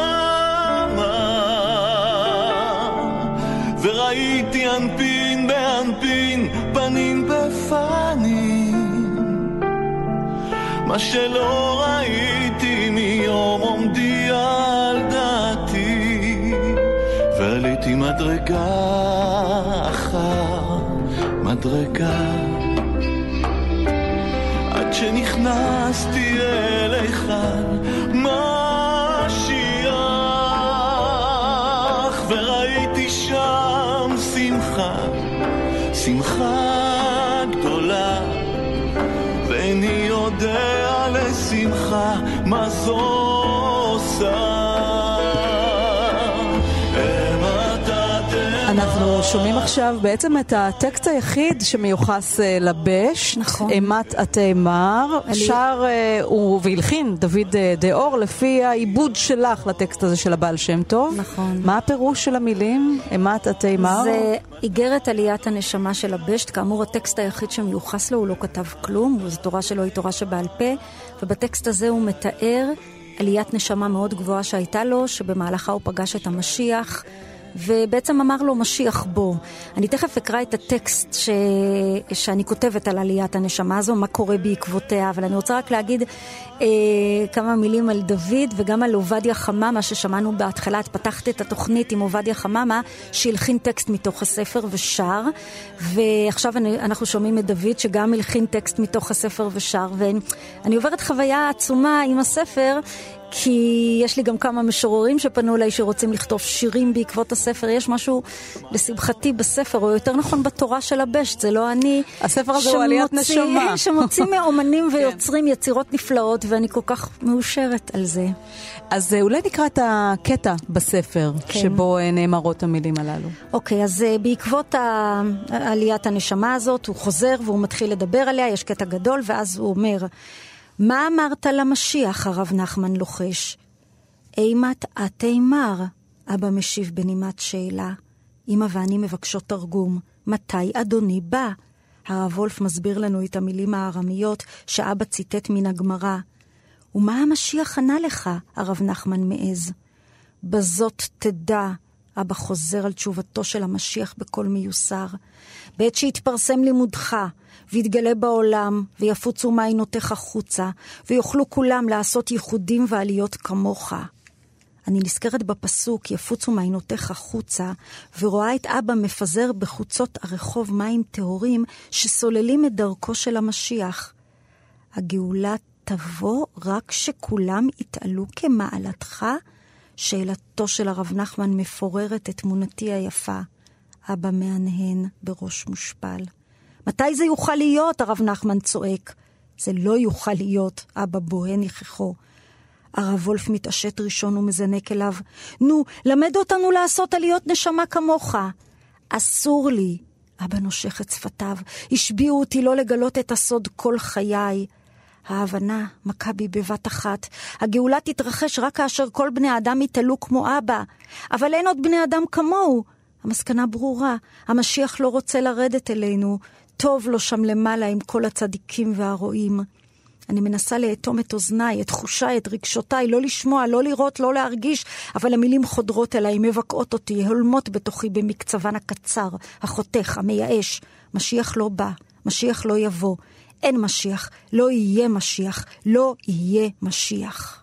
וראיתי אנפין באנפין, פנים בפנים, מה שלא ראיתי מיום עומדי על דעתי, ועליתי מדרגה אחר מדרגה עד שנכנסתי אל היכל משיח, וראיתי שם שמחה, שמחה גדולה, ואיני יודע לשמחה מה זו עושה. אנחנו שומעים עכשיו בעצם את הטקסט היחיד שמיוחס לבש, נכון. אימת התאמר, אני... שר הוא והלחין דוד דאור לפי העיבוד שלך לטקסט הזה של הבעל שם טוב. נכון. מה הפירוש של המילים אימת התאמר? זה איגרת עליית הנשמה של הבשט, כאמור הטקסט היחיד שמיוחס לו, הוא לא כתב כלום, זו תורה שלו, היא תורה שבעל פה, ובטקסט הזה הוא מתאר עליית נשמה מאוד גבוהה שהייתה לו, שבמהלכה הוא פגש את המשיח, ובעצם אמר לו משיח בו. אני תכף אקרא את הטקסט ש... שאני כותבת על עליית הנשמה הזו, מה קורה בעקבותיה, אבל אני רוצה רק להגיד אה, כמה מילים על דוד וגם על עובדיה חממה ששמענו בהתחלה. את פתחת את התוכנית עם עובדיה חממה שהלחין טקסט מתוך הספר ושר, ועכשיו אני, אנחנו שומעים את דוד שגם הלחין טקסט מתוך הספר ושר, ואני עוברת חוויה עצומה עם הספר, כי יש לי גם כמה משוררים שפנו אליי שרוצים לכתוב שירים בעקבות הספר. יש משהו לשמחתי בספר, או יותר נכון בתורה של הבשט, זה לא אני. הספר הזה הוא עליית נשמה. שמוציא מאומנים ויוצרים יצירות נפלאות, ואני כל כך מאושרת על זה. אז אולי נקרא את הקטע בספר, כן. שבו נאמרות המילים הללו. אוקיי, אז בעקבות עליית הנשמה הזאת, הוא חוזר והוא מתחיל לדבר עליה, יש קטע גדול, ואז הוא אומר, מה אמרת למשיח, הרב נחמן לוחש? אימת התאמר, אבא משיב בנימת שאלה. אמא ואני מבקשות תרגום, מתי אדוני בא? הרב וולף מסביר לנו את המילים הארמיות שאבא ציטט מן הגמרא. ומה המשיח ענה לך, הרב נחמן מעז? בזאת תדע, אבא חוזר על תשובתו של המשיח בכל מיוסר. בעת שהתפרסם לימודך, ויתגלה בעולם, ויפוצו מעיינותיך חוצה, ויוכלו כולם לעשות ייחודים ועליות כמוך. אני נזכרת בפסוק, יפוצו מעיינותיך חוצה, ורואה את אבא מפזר בחוצות הרחוב מים טהורים, שסוללים את דרכו של המשיח. הגאולה תבוא רק שכולם יתעלו כמעלתך? שאלתו של הרב נחמן מפוררת את תמונתי היפה. אבא מהנהן בראש מושפל. מתי זה יוכל להיות? הרב נחמן צועק. זה לא יוכל להיות, אבא בוהה ניחכו. הרב וולף מתעשת ראשון ומזנק אליו. נו, למד אותנו לעשות עליות נשמה כמוך. אסור לי. אבא נושך את שפתיו. השביעו אותי לא לגלות את הסוד כל חיי. ההבנה מכה בי בבת אחת. הגאולה תתרחש רק כאשר כל בני האדם יתעלו כמו אבא. אבל אין עוד בני אדם כמוהו. המסקנה ברורה. המשיח לא רוצה לרדת אלינו. טוב לו שם למעלה עם כל הצדיקים והרועים. אני מנסה לאטום את אוזניי, את תחושיי, את רגשותיי, לא לשמוע, לא לראות, לא להרגיש, אבל המילים חודרות אליי, מבקעות אותי, הולמות בתוכי במקצבן הקצר, החותך, המייאש. משיח לא בא, משיח לא יבוא. אין משיח, לא יהיה משיח, לא יהיה משיח.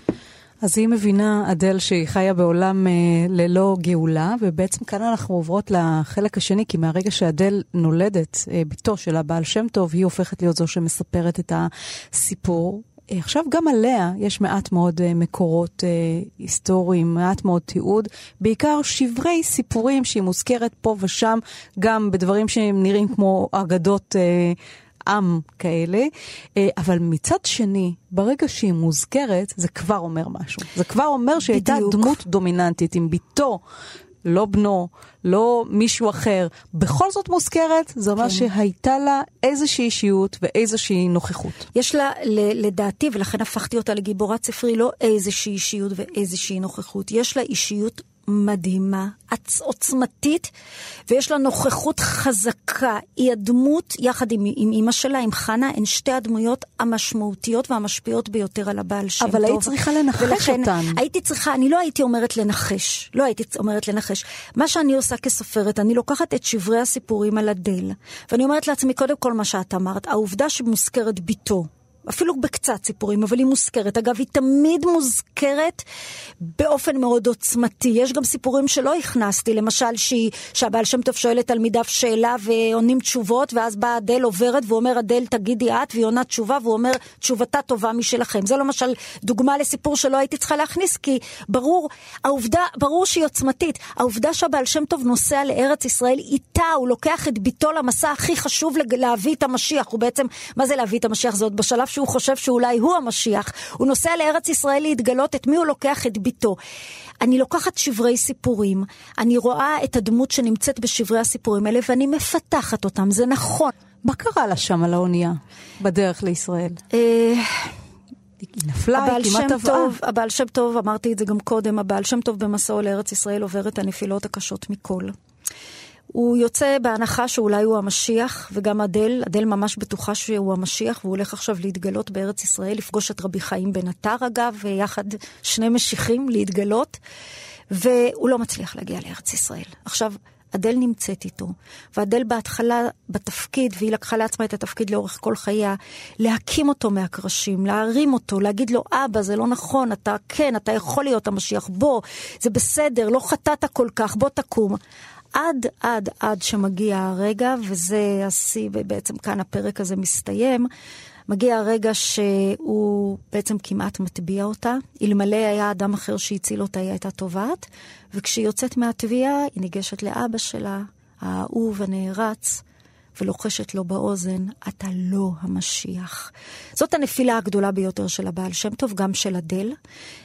אז היא מבינה, אדל, שהיא חיה בעולם אה, ללא גאולה, ובעצם כאן אנחנו עוברות לחלק השני, כי מהרגע שאדל נולדת, אה, ביתו של הבעל שם טוב, היא הופכת להיות זו שמספרת את הסיפור. אה, עכשיו גם עליה יש מעט מאוד אה, מקורות אה, היסטוריים, מעט מאוד תיעוד, בעיקר שברי סיפורים שהיא מוזכרת פה ושם, גם בדברים שהם נראים כמו אגדות אה, עם כאלה, אבל מצד שני, ברגע שהיא מוזכרת, זה כבר אומר משהו. זה כבר אומר שהייתה דמות דומיננטית, עם ביתו, לא בנו, לא מישהו אחר, בכל זאת מוזכרת, זה אומר שהייתה לה איזושהי אישיות ואיזושהי נוכחות. יש לה, לדעתי, ולכן הפכתי אותה לגיבורת ספרי, לא איזושהי אישיות ואיזושהי נוכחות. יש לה אישיות מדהימה, עוצמתית, ויש לה נוכחות חזקה. היא הדמות, יחד עם, עם אמא שלה, עם חנה, הן שתי הדמויות המשמעותיות והמשפיעות ביותר על הבעל שם טוב. אבל היית צריכה לנחש ולכן, אותן. הייתי צריכה, אני לא הייתי אומרת לנחש, לא הייתי אומרת לנחש. מה שאני עושה כסופרת, אני לוקחת את שברי הסיפורים על אדל, ואני אומרת לעצמי, קודם כל מה שאת אמרת, העובדה שמוזכרת ביתו, אפילו בקצת סיפורים, אבל היא מוזכרת. אגב, היא תמיד מוזכרת באופן מאוד עוצמתי. יש גם סיפורים שלא הכנסתי, למשל שהיא, שהבעל שם טוב שואל את תלמידיו שאלה ועונים תשובות, ואז באה אדל עוברת ואומר, אדל תגידי את, והיא עונה תשובה, והוא אומר, תשובתה טובה משלכם. זה למשל דוגמה לסיפור שלא הייתי צריכה להכניס, כי ברור, העובדה, ברור שהיא עוצמתית. העובדה שהבעל שם טוב נוסע לארץ ישראל איתה, הוא לוקח את ביתו למסע הכי חשוב להביא את המשיח. הוא בעצם, מה זה להביא את המשיח? זה עוד בשלב שהוא חושב שאולי הוא המשיח. הוא נוסע לארץ ישראל להתגלות את מי הוא לוקח את ביתו. אני לוקחת שברי סיפורים, אני רואה את הדמות שנמצאת בשברי הסיפורים האלה, ואני מפתחת אותם, זה נכון. מה קרה לה שם על האונייה, בדרך לישראל? היא נפלה, היא כמעט טבעה. הבעל שם טוב, אמרתי את זה גם קודם, הבעל שם טוב במסעו לארץ ישראל עובר את הנפילות הקשות מכל. הוא יוצא בהנחה שאולי הוא המשיח, וגם אדל, אדל ממש בטוחה שהוא המשיח, והוא הולך עכשיו להתגלות בארץ ישראל, לפגוש את רבי חיים בן עטר אגב, ויחד שני משיחים להתגלות, והוא לא מצליח להגיע לארץ ישראל. עכשיו, אדל נמצאת איתו, ואדל בהתחלה בתפקיד, והיא לקחה לעצמה את התפקיד לאורך כל חייה, להקים אותו מהקרשים, להרים אותו, להגיד לו, אבא, זה לא נכון, אתה כן, אתה יכול להיות המשיח, בוא, זה בסדר, לא חטאת כל כך, בוא תקום. עד, עד, עד שמגיע הרגע, וזה השיא, ובעצם כאן הפרק הזה מסתיים, מגיע הרגע שהוא בעצם כמעט מטביע אותה, אלמלא היה אדם אחר שהציל אותה, היא הייתה טובעת, וכשהיא יוצאת מהטביעה, היא ניגשת לאבא שלה, האהוב הנערץ, ולוחשת לו באוזן, אתה לא המשיח. זאת הנפילה הגדולה ביותר של הבעל שם טוב, גם של אדל.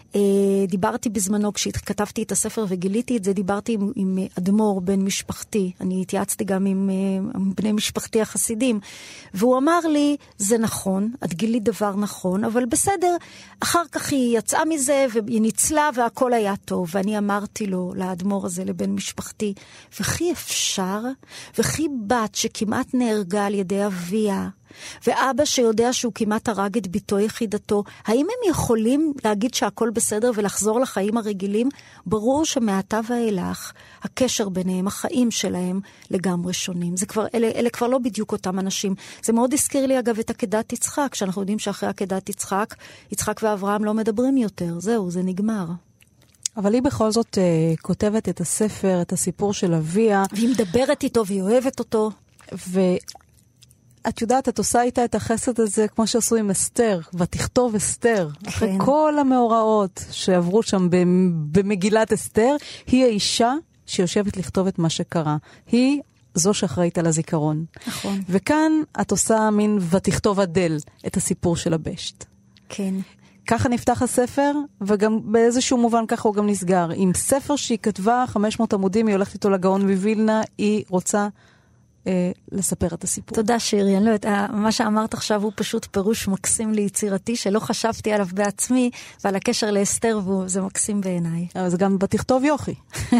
דיברתי בזמנו, כשכתבתי את הספר וגיליתי את זה, דיברתי עם, עם אדמו"ר בן משפחתי, אני התייעצתי גם עם, עם בני משפחתי החסידים, והוא אמר לי, זה נכון, את גילית דבר נכון, אבל בסדר, אחר כך היא יצאה מזה, והיא ניצלה, והכל היה טוב, ואני אמרתי לו, לאדמו"ר הזה, לבן משפחתי, וכי אפשר, וכי בת שכמעט נהרגה על ידי אביה, ואבא שיודע שהוא כמעט הרג את ביתו יחידתו, האם הם יכולים להגיד שהכל בסדר ולחזור לחיים הרגילים? ברור שמעתה ואילך, הקשר ביניהם, החיים שלהם לגמרי שונים. זה כבר, אלה, אלה כבר לא בדיוק אותם אנשים. זה מאוד הזכיר לי אגב את עקדת יצחק, שאנחנו יודעים שאחרי עקדת יצחק, יצחק ואברהם לא מדברים יותר. זהו, זה נגמר. אבל היא בכל זאת uh, כותבת את הספר, את הסיפור של אביה. והיא מדברת איתו והיא אוהבת אותו. ו... את יודעת, את עושה איתה את החסד הזה כמו שעשו עם אסתר, ותכתוב אסתר. כן. אחרי כל המאורעות שעברו שם במגילת אסתר, היא האישה שיושבת לכתוב את מה שקרה. היא זו שאחראית על הזיכרון. נכון. וכאן את עושה מין ותכתוב אדל את הסיפור של הבשת. כן. ככה נפתח הספר, וגם באיזשהו מובן ככה הוא גם נסגר. עם ספר שהיא כתבה, חמש מאות עמודים, היא הולכת איתו לגאון בווילנה, היא רוצה לספר את הסיפור. תודה שירי, אני לא יודעת, מה שאמרת עכשיו הוא פשוט פירוש מקסים ליצירתי, שלא חשבתי עליו בעצמי, ועל הקשר לאסתר, וזה מקסים בעיניי. אבל זה גם בתכתוב יוכי.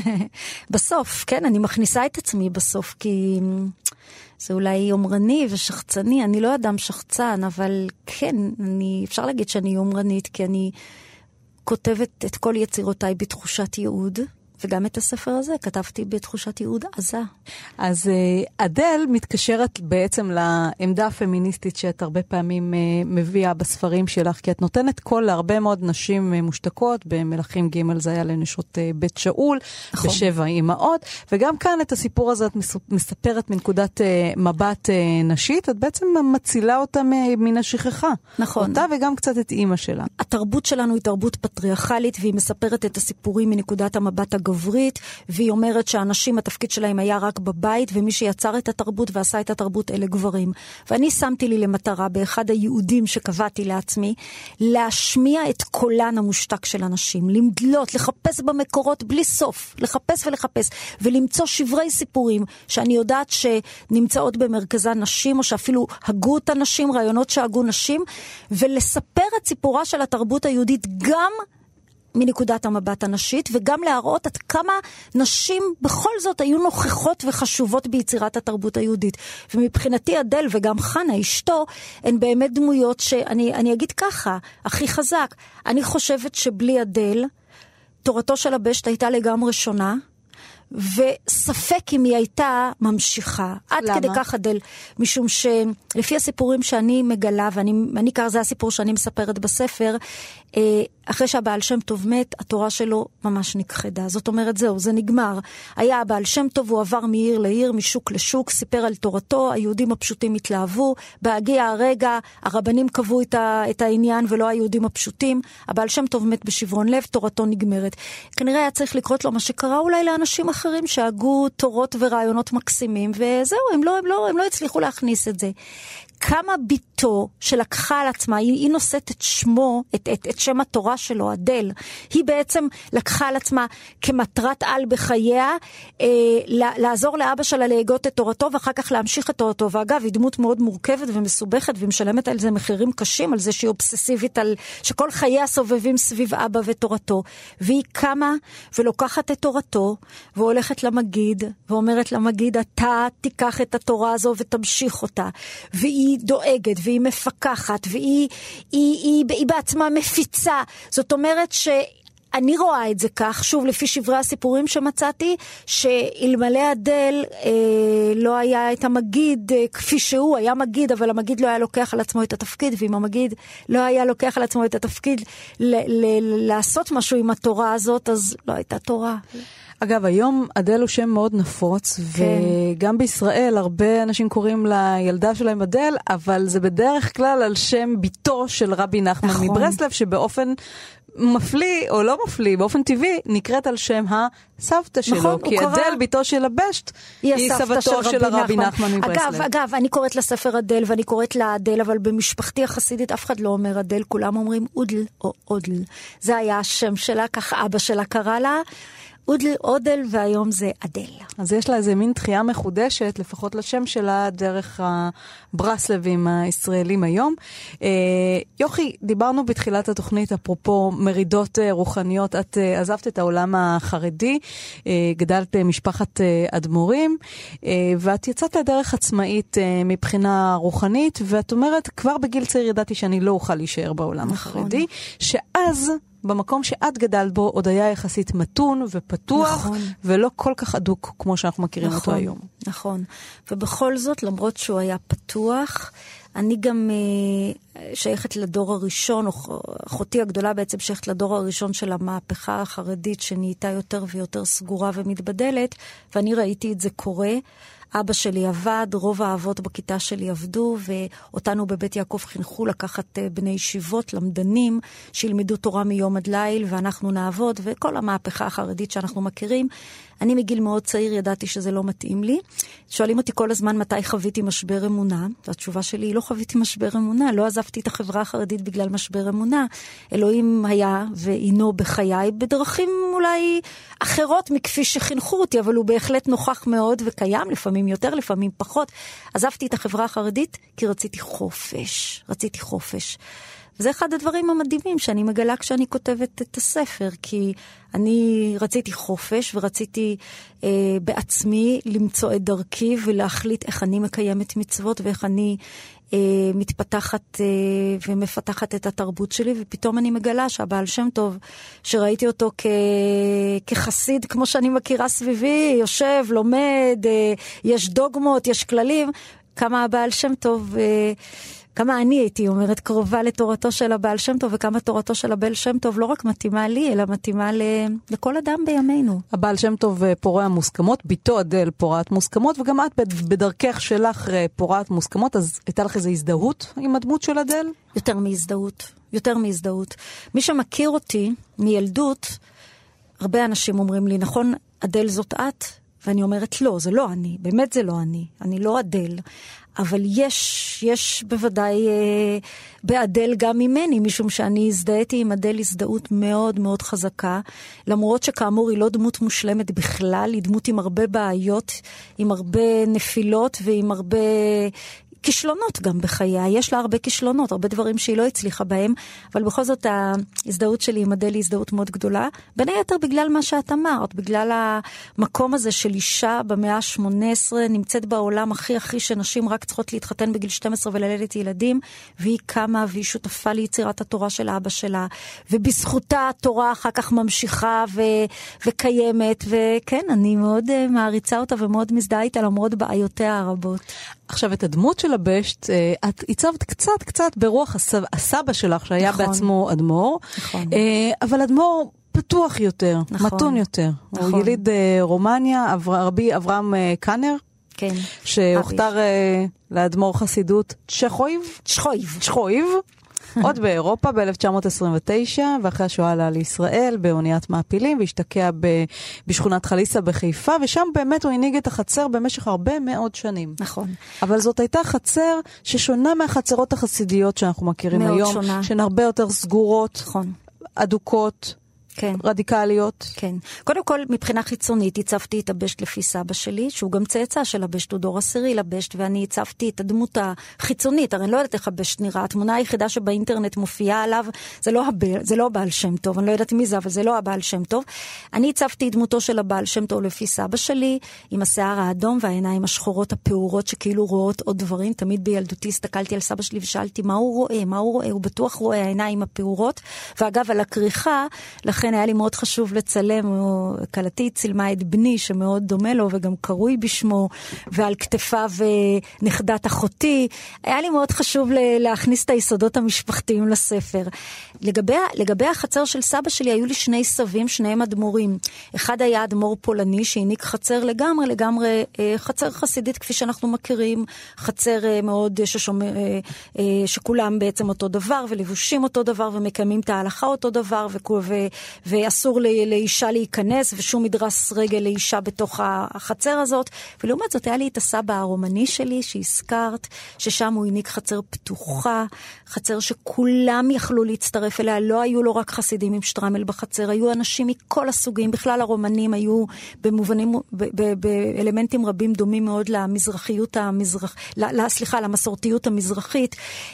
בסוף, כן, אני מכניסה את עצמי בסוף, כי זה אולי יומרני ושחצני, אני לא אדם שחצן, אבל כן, אני, אפשר להגיד שאני יומרנית, כי אני כותבת את כל יצירותיי בתחושת ייעוד, וגם את הספר הזה כתבתי בתחושת ייעוד עזה. אז אדל מתקשרת בעצם לעמדה הפמיניסטית שאת הרבה פעמים מביאה בספרים שלך, כי את נותנת קול להרבה מאוד נשים מושתקות, במלכים ג' זה היה לנשות בית שאול, נכון. בשבע אימהות, וגם כאן את הסיפור הזה את מספרת מנקודת מבט נשית, את בעצם מצילה אותה מן השכחה. נכון. אותה וגם קצת את אימא שלה. התרבות שלנו היא תרבות פטריארכלית, והיא מספרת את הסיפורים מנקודת המבט גברית, והיא אומרת שהאנשים, התפקיד שלהם היה רק בבית, ומי שיצר את התרבות ועשה את התרבות אלה גברים. ואני שמתי לי למטרה, באחד היהודים שקבעתי לעצמי, להשמיע את קולן המושתק של אנשים, למדלות, לחפש במקורות בלי סוף, לחפש ולחפש, ולמצוא שברי סיפורים, שאני יודעת שנמצאות במרכזן נשים, או שאפילו הגו את הנשים, רעיונות שהגו נשים, ולספר את סיפורה של התרבות היהודית גם מנקודת המבט הנשית, וגם להראות עד כמה נשים בכל זאת היו נוכחות וחשובות ביצירת התרבות היהודית. ומבחינתי אדל וגם חנה אשתו, הן באמת דמויות שאני אני אגיד ככה, הכי חזק. אני חושבת שבלי אדל, תורתו של הבשת הייתה לגמרי שונה, וספק אם היא הייתה ממשיכה. עד למה? כדי כך אדל, משום שלפי הסיפורים שאני מגלה, ואני קרא, זה הסיפור שאני מספרת בספר, אחרי שהבעל שם טוב מת, התורה שלו ממש נכחדה. זאת אומרת, זהו, זה נגמר. היה הבעל שם טוב, הוא עבר מעיר לעיר, משוק לשוק, סיפר על תורתו, היהודים הפשוטים התלהבו, בהגיע הרגע, הרבנים קבעו את, ה, את העניין, ולא היהודים הפשוטים. הבעל שם טוב מת בשברון לב, תורתו נגמרת. כנראה היה צריך לקרות לו מה שקרה אולי לאנשים אחרים, שהגו תורות ורעיונות מקסימים, וזהו, הם לא, הם לא, הם לא הצליחו להכניס את זה. כמה ביתו שלקחה על עצמה, היא, היא נושאת את שמו, את, את, את שם התורה שלו, אדל, היא בעצם לקחה על עצמה כמטרת על בחייה, אה, לעזור לאבא שלה להגות את תורתו, ואחר כך להמשיך את תורתו. ואגב, היא דמות מאוד מורכבת ומסובכת, ומשלמת על זה מחירים קשים, על זה שהיא אובססיבית, על שכל חייה סובבים סביב אבא ותורתו. והיא קמה ולוקחת את תורתו, והולכת למגיד, ואומרת למגיד, אתה תיקח את התורה הזו ותמשיך אותה. והיא היא דואגת, והיא מפקחת, והיא היא, היא, היא בעצמה מפיצה. זאת אומרת שאני רואה את זה כך, שוב לפי שברי הסיפורים שמצאתי, שאלמלא אדל אה, לא היה את המגיד אה, כפי שהוא, היה מגיד, אבל המגיד לא היה לוקח על עצמו את התפקיד, ואם המגיד לא היה לוקח על עצמו את התפקיד ל- ל- ל- לעשות משהו עם התורה הזאת, אז לא הייתה תורה. אגב, היום אדל הוא שם מאוד נפוץ, כן. וגם בישראל הרבה אנשים קוראים לילדה שלהם אדל, אבל זה בדרך כלל על שם ביתו של רבי נחמן נכון. מברסלב, שבאופן מפליא או לא מפליא, באופן טבעי, נקראת על שם הסבתא שלו, נכון, כי אדל, קרא... ביתו של הבשט, היא, היא סבתו של, של הרבי נחמן, נחמן מברסלב. אגב, אגב, אני קוראת לספר אדל, ואני קוראת לה אדל, אבל במשפחתי החסידית אף אחד לא אומר אדל, כולם אומרים אודל או אודל. זה היה השם שלה, כך אבא שלה קרא לה, אודל, אודל, והיום זה אדל. אז יש לה איזה מין תחייה מחודשת, לפחות לשם שלה, דרך הברסלבים הישראלים היום. אה, יוכי, דיברנו בתחילת התוכנית, אפרופו מרידות רוחניות, את אה, עזבת את העולם החרדי, אה, גדלת משפחת אה, אדמו"רים, אה, ואת יצאת לדרך עצמאית אה, מבחינה רוחנית, ואת אומרת, כבר בגיל צעיר ידעתי שאני לא אוכל להישאר בעולם נכון. החרדי, שאז... במקום שאת גדלת בו עוד היה יחסית מתון ופתוח, נכון. ולא כל כך עדוק כמו שאנחנו מכירים נכון, אותו היום. נכון, ובכל זאת, למרות שהוא היה פתוח, אני גם uh, שייכת לדור הראשון, אחותי הגדולה בעצם שייכת לדור הראשון של המהפכה החרדית, שנהייתה יותר ויותר סגורה ומתבדלת, ואני ראיתי את זה קורה. אבא שלי עבד, רוב האבות בכיתה שלי עבדו, ואותנו בבית יעקב חינכו לקחת בני ישיבות, למדנים, שילמדו תורה מיום עד ליל, ואנחנו נעבוד, וכל המהפכה החרדית שאנחנו מכירים. אני מגיל מאוד צעיר ידעתי שזה לא מתאים לי. שואלים אותי כל הזמן מתי חוויתי משבר אמונה, והתשובה שלי היא לא חוויתי משבר אמונה, לא עזבתי את החברה החרדית בגלל משבר אמונה. אלוהים היה ואינו בחיי בדרכים אולי אחרות מכפי שחינכו אותי, אבל הוא בהחלט נוכח מאוד וקיים, לפעמים יותר, לפעמים פחות. עזבתי את החברה החרדית כי רציתי חופש, רציתי חופש. וזה אחד הדברים המדהימים שאני מגלה כשאני כותבת את הספר, כי אני רציתי חופש ורציתי אה, בעצמי למצוא את דרכי ולהחליט איך אני מקיימת מצוות ואיך אני אה, מתפתחת אה, ומפתחת את התרבות שלי, ופתאום אני מגלה שהבעל שם טוב, שראיתי אותו כ... כחסיד, כמו שאני מכירה סביבי, יושב, לומד, אה, יש דוגמות, יש כללים, כמה הבעל שם טוב... אה, כמה אני הייתי אומרת קרובה לתורתו של הבעל שם טוב, וכמה תורתו של הבעל שם טוב לא רק מתאימה לי, אלא מתאימה ל... לכל אדם בימינו. הבעל שם טוב פורע מוסכמות, ביתו אדל פורעת מוסכמות, וגם את בדרכך שלך פורעת מוסכמות, אז הייתה לך איזו הזדהות עם הדמות של אדל? יותר מהזדהות, יותר מהזדהות. מי שמכיר אותי מילדות, הרבה אנשים אומרים לי, נכון, אדל זאת את? ואני אומרת, לא, זה לא אני, באמת זה לא אני, אני לא אדל. אבל יש, יש בוודאי אה, באדל גם ממני, משום שאני הזדהיתי עם אדל הזדהות מאוד מאוד חזקה, למרות שכאמור היא לא דמות מושלמת בכלל, היא דמות עם הרבה בעיות, עם הרבה נפילות ועם הרבה... כישלונות גם בחייה, יש לה הרבה כישלונות, הרבה דברים שהיא לא הצליחה בהם, אבל בכל זאת ההזדהות שלי עם אדל היא הזדהות מאוד גדולה, בין היתר בגלל מה שאת אמרת, בגלל המקום הזה של אישה במאה ה-שמונה עשרה, נמצאת בעולם הכי הכי שנשים רק צריכות להתחתן בגיל שתים עשרה וללדת ילדים, והיא קמה והיא שותפה ליצירת התורה של אבא שלה, ובזכותה התורה אחר כך ממשיכה ו- וקיימת, וכן, אני מאוד uh, מעריצה אותה ומאוד מזדהה איתה למרות בעיותיה הרבות. עכשיו, את הדמות של הבשט, את הצבת קצת קצת ברוח הסב, הסבא שלך, שהיה נכון. בעצמו אדמו"ר, נכון. אבל אדמו"ר פתוח יותר, נכון. מתון יותר. נכון. הוא יליד רומניה, רבי אברהם קאנר, כן. שהוכתר לאדמו"ר חסידות צ'חויב. צ'חויב. צ'חויב. עוד באירופה ב-אלף תשע מאות עשרים ותשע, ואחרי השואה עלה לישראל באוניית מעפילים, והשתקע ב- בשכונת חליסה בחיפה, ושם באמת הוא הנהיג את החצר במשך הרבה מאוד שנים. נכון. אבל זאת הייתה חצר ששונה מהחצרות החסידיות שאנחנו מכירים היום, שונה. שהן הרבה יותר סגורות, נכון. אדוקות, כן. רדיקליות. כן. קודם כל, מבחינה חיצונית, הצבתי את הבשט לפי סבא שלי, שהוא גם צאצא של הבשט, הוא דור עשירי לבשט, ואני הצבתי את הדמות החיצונית, הרי אני לא יודעת איך הבשט נראה, התמונה היחידה שבאינטרנט מופיעה עליו, זה לא, הבעל, זה לא הבעל שם טוב, אני לא יודעת מי זה, אבל זה לא הבעל שם טוב. אני הצבתי את דמותו של הבעל שם טוב לפי סבא שלי, עם השיער האדום והעיניים השחורות הפעורות, שכאילו רואות עוד דברים. תמיד בילדותי הסתכלתי על סבא שלי ושאלתי מה הוא רואה, מה הוא רואה, הוא בטוח רואה העיניים הפעורות. ואגב, על הכריכה, לכן ולכן היה לי מאוד חשוב לצלם, קלתי צילמה את בני שמאוד דומה לו וגם קרוי בשמו, ועל כתפיו נכדת אחותי. היה לי מאוד חשוב להכניס את היסודות המשפחתיים לספר. לגבי, לגבי החצר של סבא שלי היו לי שני סבים, שניהם אדמו"רים. אחד היה אדמו"ר פולני שהעניק חצר לגמרי, לגמרי חצר חסידית כפי שאנחנו מכירים, חצר מאוד ששומר, שכולם בעצם אותו דבר ולבושים אותו דבר ומקיימים את ההלכה אותו דבר ו, ו, ואסור לאישה להיכנס ושום מדרס רגל לאישה בתוך החצר הזאת. ולעומת זאת היה לי את הסבא הרומני שלי שהזכרת, ששם הוא העניק חצר פתוחה, חצר שכולם יכלו להצטרף אליה, לא היו לו רק חסידים עם שטרמל בחצר, היו אנשים מכל הסוגים, בכלל הרומנים היו במובנים, באלמנטים רבים דומים מאוד למזרחיות המזרח, סליחה, למסורתיות המזרחית.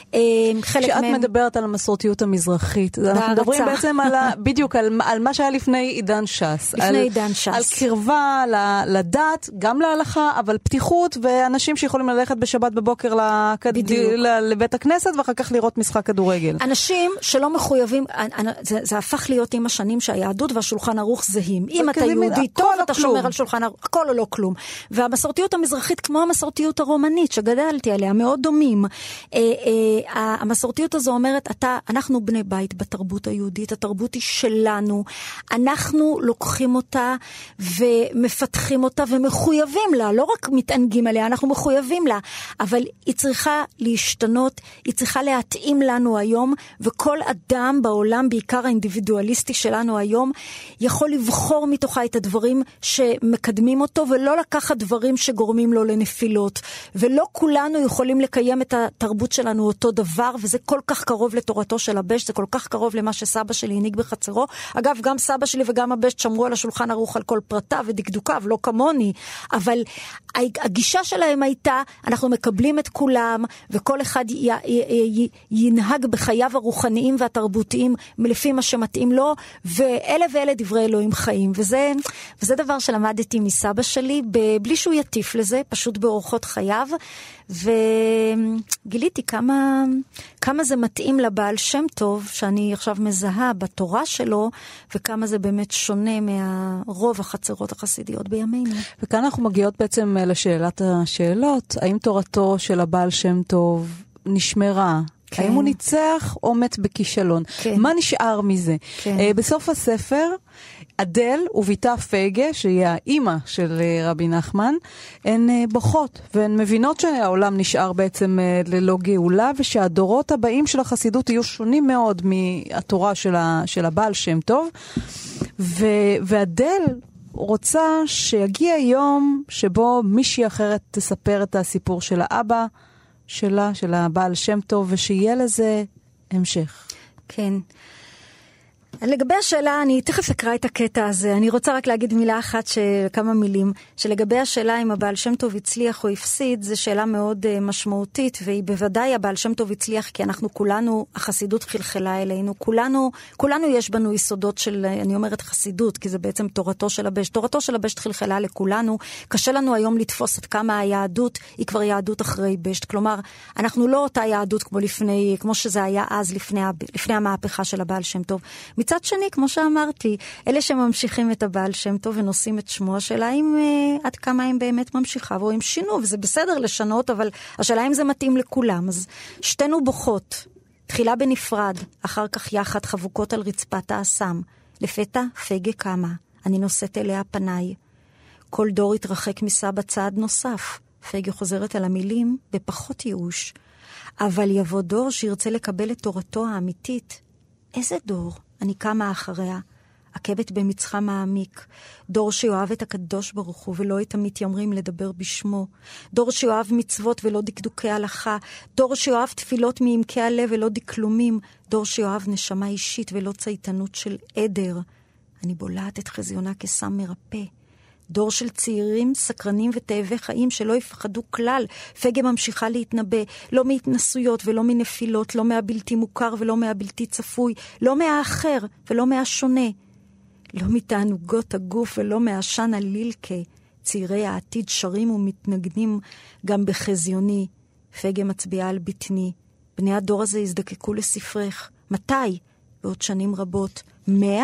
כשאת מהם... מדברת על המסורתיות המזרחית, אנחנו מדברים בעצם על ה... בדיוק על, על מה שהיה לפני עידן ש"ס. לפני על, עידן ש"ס. על קרבה לדת, גם להלכה, אבל פתיחות, ואנשים שיכולים ללכת בשבת בבוקר לכד... לבית הכנסת, ואחר כך לראות משחק כדורגל. אנשים שלא מחויבים, זה, זה הפך להיות עם השנים שהיהדות והשולחן ערוך זהים. אם אתה יהודי טוב, אתה שומר על שולחן ערוך, הכל או לא כלום. והמסורתיות המזרחית, כמו המסורתיות הרומנית, שגדלתי עליה, מאוד דומים. המסורתיות הזו אומרת, אתה, אנחנו בני בית בתרבות היהודית, התרבות היא שלנו, אנחנו לוקחים אותה ומפתחים אותה ומחויבים לה, לא רק מתענגים עליה, אנחנו מחויבים לה, אבל היא צריכה להשתנות, היא צריכה להתאים לנו היום, וכל אדם בעולם, בעיקר האינדיבידואליסטי שלנו היום, יכול לבחור מתוכה את הדברים שמקדמים אותו, ולא לקחת דברים שגורמים לו לנפילות, ולא כולנו יכולים לקיים את התרבות שלנו אותו דבר, וזה כל כך קרוב לתורתו של הבשט, זה כל כך קרוב למה שסבא שלי הנהיג בחצרו. אגב, גם סבא שלי וגם הבשט שמרו על השולחן ערוך על כל פרטיו ודקדוקיו, לא כמוני, אבל הגישה שלהם הייתה, אנחנו מקבלים את כולם, וכל אחד י- י- י- ינהג בחייו הרוחניים והתרבותיים, לפי מה שמתאים לו, ואלה ואלה דברי אלוהים חיים. וזה, וזה דבר שלמדתי מסבא שלי, בלי שהוא יטיף לזה, פשוט באורחות חייו, וגיליתי כמה, כמה זה מתאים לבעל שם טוב, שאני עכשיו מזהה בתורה שלו, וכמה זה באמת שונה מהרוב החצרות החסידיות בימינו. וכאן אנחנו מגיעות בעצם לשאלת השאלות, האם תורתו של הבעל שם טוב נשמרה? כן. האם הוא ניצח או מת בכישלון? כן. מה נשאר מזה? כן. Uh, בסוף הספר, אדל וביתה פייגה, שהיא האימא של uh, רבי נחמן, הן uh, בוכות, והן מבינות שהעולם נשאר בעצם uh, ללא גאולה, ושהדורות הבאים של החסידות יהיו שונים מאוד מהתורה של, ה, של הבעל שם טוב. ו, ואדל רוצה שיגיע יום שבו מישהי אחרת תספר את הסיפור של האבא, שלה, של הבעל שם טוב, ושיהיה לזה המשך. כן. לגבי השאלה, אני תכף אקרא את הקטע הזה, אני רוצה רק להגיד מילה אחת, כמה מילים, שלגבי השאלה אם הבעל שם טוב הצליח או הפסיד, זו שאלה מאוד uh, משמעותית, והיא בוודאי הבעל שם טוב הצליח, כי אנחנו כולנו, החסידות חלחלה אלינו, כולנו, כולנו יש בנו יסודות של, אני אומרת חסידות, כי זה בעצם תורתו של הבשט, תורתו של הבשט חלחלה לכולנו, קשה לנו היום לתפוס את כמה היהדות, היא כבר יהדות אחרי בשט, כלומר, אנחנו לא אותה יהדות כמו לפני, כמו שזה היה אז לפני, לפני המהפכה של הבעל שם טוב. מצד שני, כמו שאמרתי, אלה שממשיכים את הבעל שם טוב ונושאים את שמו, השאלה אם uh, עד כמה הם באמת ממשיכה, או הם שינו, וזה בסדר לשנות, אבל השאלה אם זה מתאים לכולם. אז שתינו בוכות, תחילה בנפרד, אחר כך יחד חבוקות על רצפת האסם. לפתע פייגה קמה, אני נושאת אליה פניי. כל דור התרחק מסבא צעד נוסף. פייגה חוזרת על המילים בפחות ייאוש. אבל יבוא דור שירצה לקבל את תורתו האמיתית. איזה דור? אני קמה אחריה, עקבת במצחם העמיק, דור שיואב את הקדוש ברוך הוא ולא את המתיימרים לדבר בשמו, דור שיואב מצוות ולא דקדוקי הלכה, דור שיואב תפילות מעמקי הלב ולא דקלומים, דור שיואב נשמה אישית ולא צייתנות של עדר. אני בולעת את חזיונה כסם מרפא. דור של צעירים, סקרנים ותאבי חיים שלא יפחדו כלל. פייגה ממשיכה להתנבא, לא מהתנסויות ולא מנפילות, לא מהבלתי מוכר ולא מהבלתי צפוי, לא מהאחר ולא מהשונה. לא מתענוגות הגוף ולא מהשן הלילקה. צעירי העתיד שרים ומתנגנים גם בחזיוני. פייגה מצביעה על בטני. בני הדור הזה יזדקקו לספרך. מתי? בעוד שנים רבות. מאה?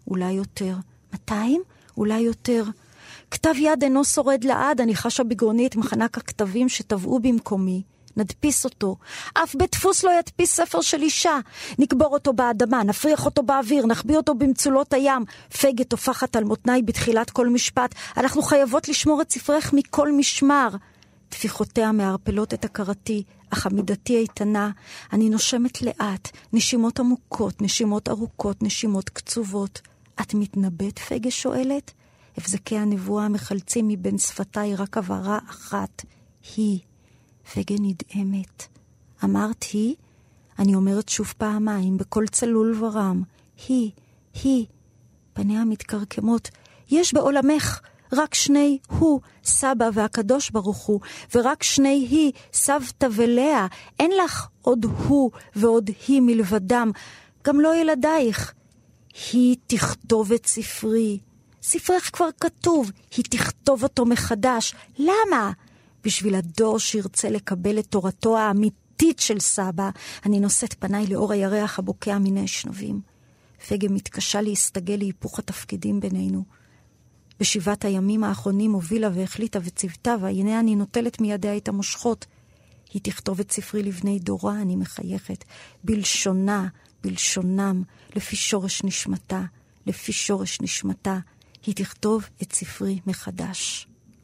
אולי יותר. מאתיים? אולי יותר. כתב יד אינו שורד לעד, אני חשה בגרוני את מחנק הכתבים שטבעו במקומי. נדפיס אותו. אף בדפוס לא ידפיס ספר של אישה. נקבור אותו באדמה, נפריח אותו באוויר, נחביא אותו במצולות הים. פגה תופחת על מותניי בתחילת כל משפט. אנחנו חייבות לשמור את ספרך מכל משמר. תפיחותיה מערפלות את הכרתי, אך עמידתי איתנה. אני נושמת לאט, נשימות עמוקות, נשימות ארוכות, נשימות קצובות. את מתנבט, פגה שואלת? הבזקי הנבואה מחלצים מבין שפתיי רק הבהרה אחת. היא. פגה נדהמת. אמרת היא? אני אומרת שוב פעמיים, בכל צלול ורם. היא, היא. פניה מתקרקמות. יש בעולמך רק שני הוא, סבא והקדוש ברוך הוא, ורק שני היא, סבתא ולאה. אין לך עוד הוא ועוד היא מלבדם, גם לא ילדייך. היא תכתוב את ספרי. ספרך כבר כתוב, היא תכתוב אותו מחדש. למה? בשביל הדור שירצה לקבל את תורתו האמיתית של סבא. אני נושאת פניי לאור הירח הבוקע מיני אשנבים. פגה מתקשה להסתגל להיפוך התפקידים בינינו. בשבעת הימים האחרונים הובילה והחליטה וצוותה, והנה אני נוטלת מידיה את המושכות. היא תכתוב את ספרי לבני דורה, אני מחייכת, בלשונה, בלשונם, לפי שורש נשמתה, לפי שורש נשמתה. היא תכתוב את ספרי מחדש.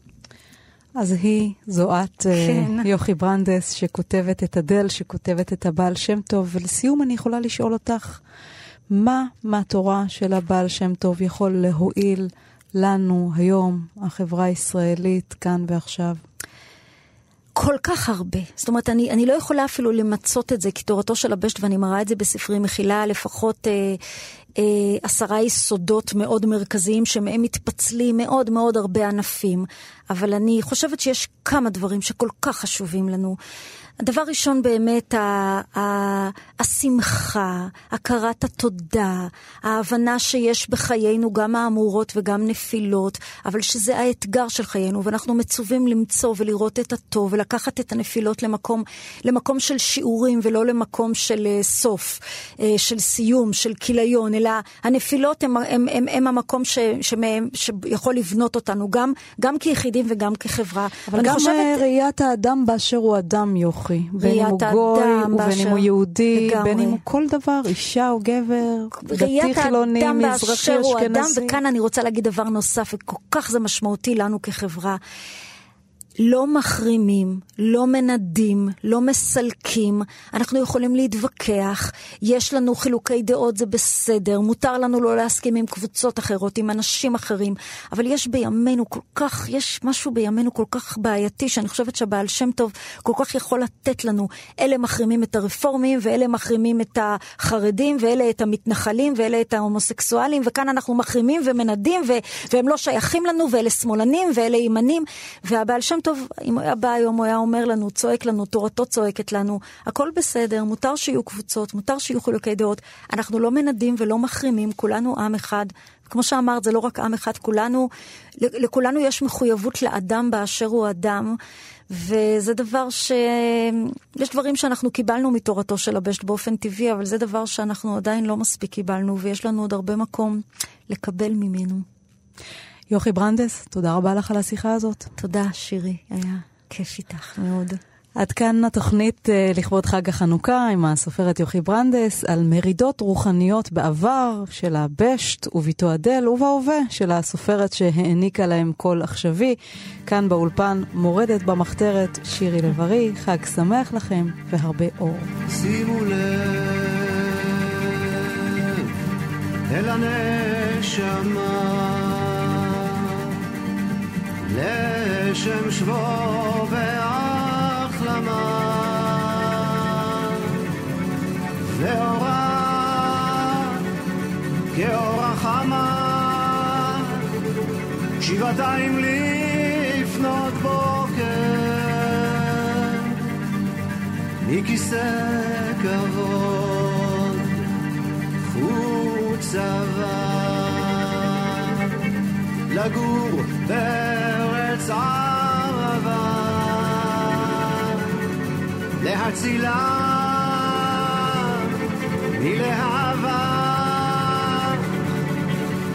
אז היא, זו את, כן. יוכי ברנדס, שכותבת את הדל, שכותבת את הבעל שם טוב. ולסיום אני יכולה לשאול אותך, מה מהתורה של הבעל שם טוב יכול להועיל לנו היום, החברה הישראלית, כאן ועכשיו? כל כך הרבה. זאת אומרת, אני, אני לא יכולה אפילו למצות את זה, כי תורתו של הבשט, ואני מראה את זה בספרי, מכילה לפחות אה, אה, עשרה יסודות מאוד מרכזיים, שמהם מתפצלים מאוד מאוד הרבה ענפים. אבל אני חושבת שיש כמה דברים שכל כך חשובים לנו. הדבר ראשון באמת, ה- ה- השמחה, הכרת התודה, ההבנה שיש בחיינו גם האמורות וגם נפילות, אבל שזה האתגר של חיינו, ואנחנו מצווים למצוא ולראות את הטוב, ולקחת את הנפילות למקום, למקום של שיעורים, ולא למקום של uh, סוף, uh, של סיום, של כיליון, אלא הנפילות הם, הם, הם, הם המקום ש, שמהם, שיכול לבנות אותנו, גם, גם כיחידים וגם כחברה. אבל גם חושבת... ראיית האדם באשר הוא אדם, יוכי. בין אם הוא גוי, ובין אם הוא יהודי, בין אם הוא כל דבר, אישה או גבר, דתי חילוני, מזרחי אשכנזי. וכאן אני רוצה להגיד דבר נוסף, וכל כך זה משמעותי לנו כחברה. לא מחרימים, לא מנדים, לא מסלקים, אנחנו יכולים להתווכח, יש לנו חילוקי דעות, זה בסדר, מותר לנו לא להסכים עם קבוצות אחרות, עם אנשים אחרים, אבל יש בימינו כל כך, יש משהו בימינו כל כך בעייתי, שאני חושבת שהבעל שם טוב כל כך יכול לתת לנו, אלה מחרימים את הרפורמים, ואלה מחרימים את החרדים, ואלה את המתנחלים, ואלה את ההומוסקסואלים, וכאן אנחנו מחרימים ומנדים, ו- והם לא שייכים לנו, ואלה שמאלנים, ואלה ימנים, והבעל שם טוב, אם הבא היום הוא היה אומר לנו, צועק לנו, תורתו צועקת לנו, הכל בסדר, מותר שיהיו קבוצות, מותר שיהיו חילוקי דעות, אנחנו לא מנדים ולא מחרימים, כולנו עם אחד, כמו שאמרת, זה לא רק עם אחד, כולנו, לכולנו יש מחויבות לאדם באשר הוא אדם, וזה דבר ש... יש דברים שאנחנו קיבלנו מתורתו של הבשט באופן טבעי, אבל זה דבר שאנחנו עדיין לא מספיק קיבלנו, ויש לנו עוד הרבה מקום לקבל ממנו. יוכי ברנדס, תודה רבה לך על השיחה הזאת. תודה, שירי. היה כיף איתך מאוד. עד כאן התוכנית לכבוד חג החנוכה עם הסופרת יוכי ברנדס על מרידות רוחניות בעבר של הבשט וביתו אדל ובהווה של הסופרת שהעניקה להם קול עכשווי. כאן באולפן מורדת במחתרת שירי לב-ארי. חג שמח לכם והרבה אור. שימו לב אל הנשמה לשם שבו והחלמה ואורה כאור החמה שבעתיים לפנות בוקר מכיסא כבוד חוץ צבא לגור בארץ ערבה להצילה מלהבה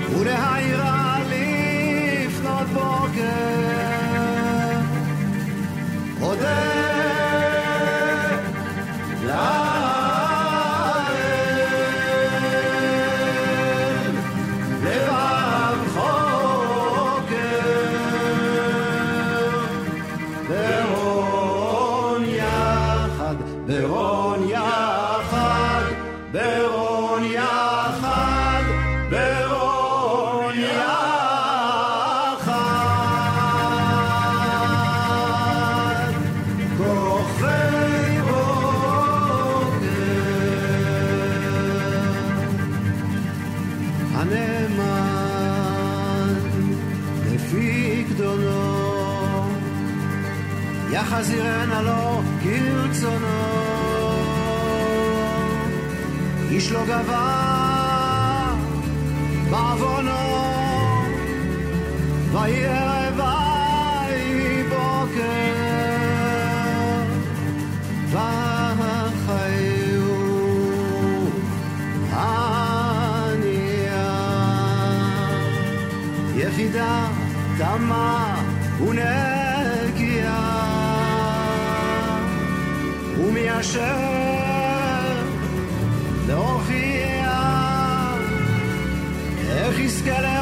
יחזירנה לו כרצונו, איש לא גבה בעוונו, ויהי ערב ויהי בוקר, וחיו ענייה, יחידה תמה ונקייה, ומיישר להוכיח איך יזכה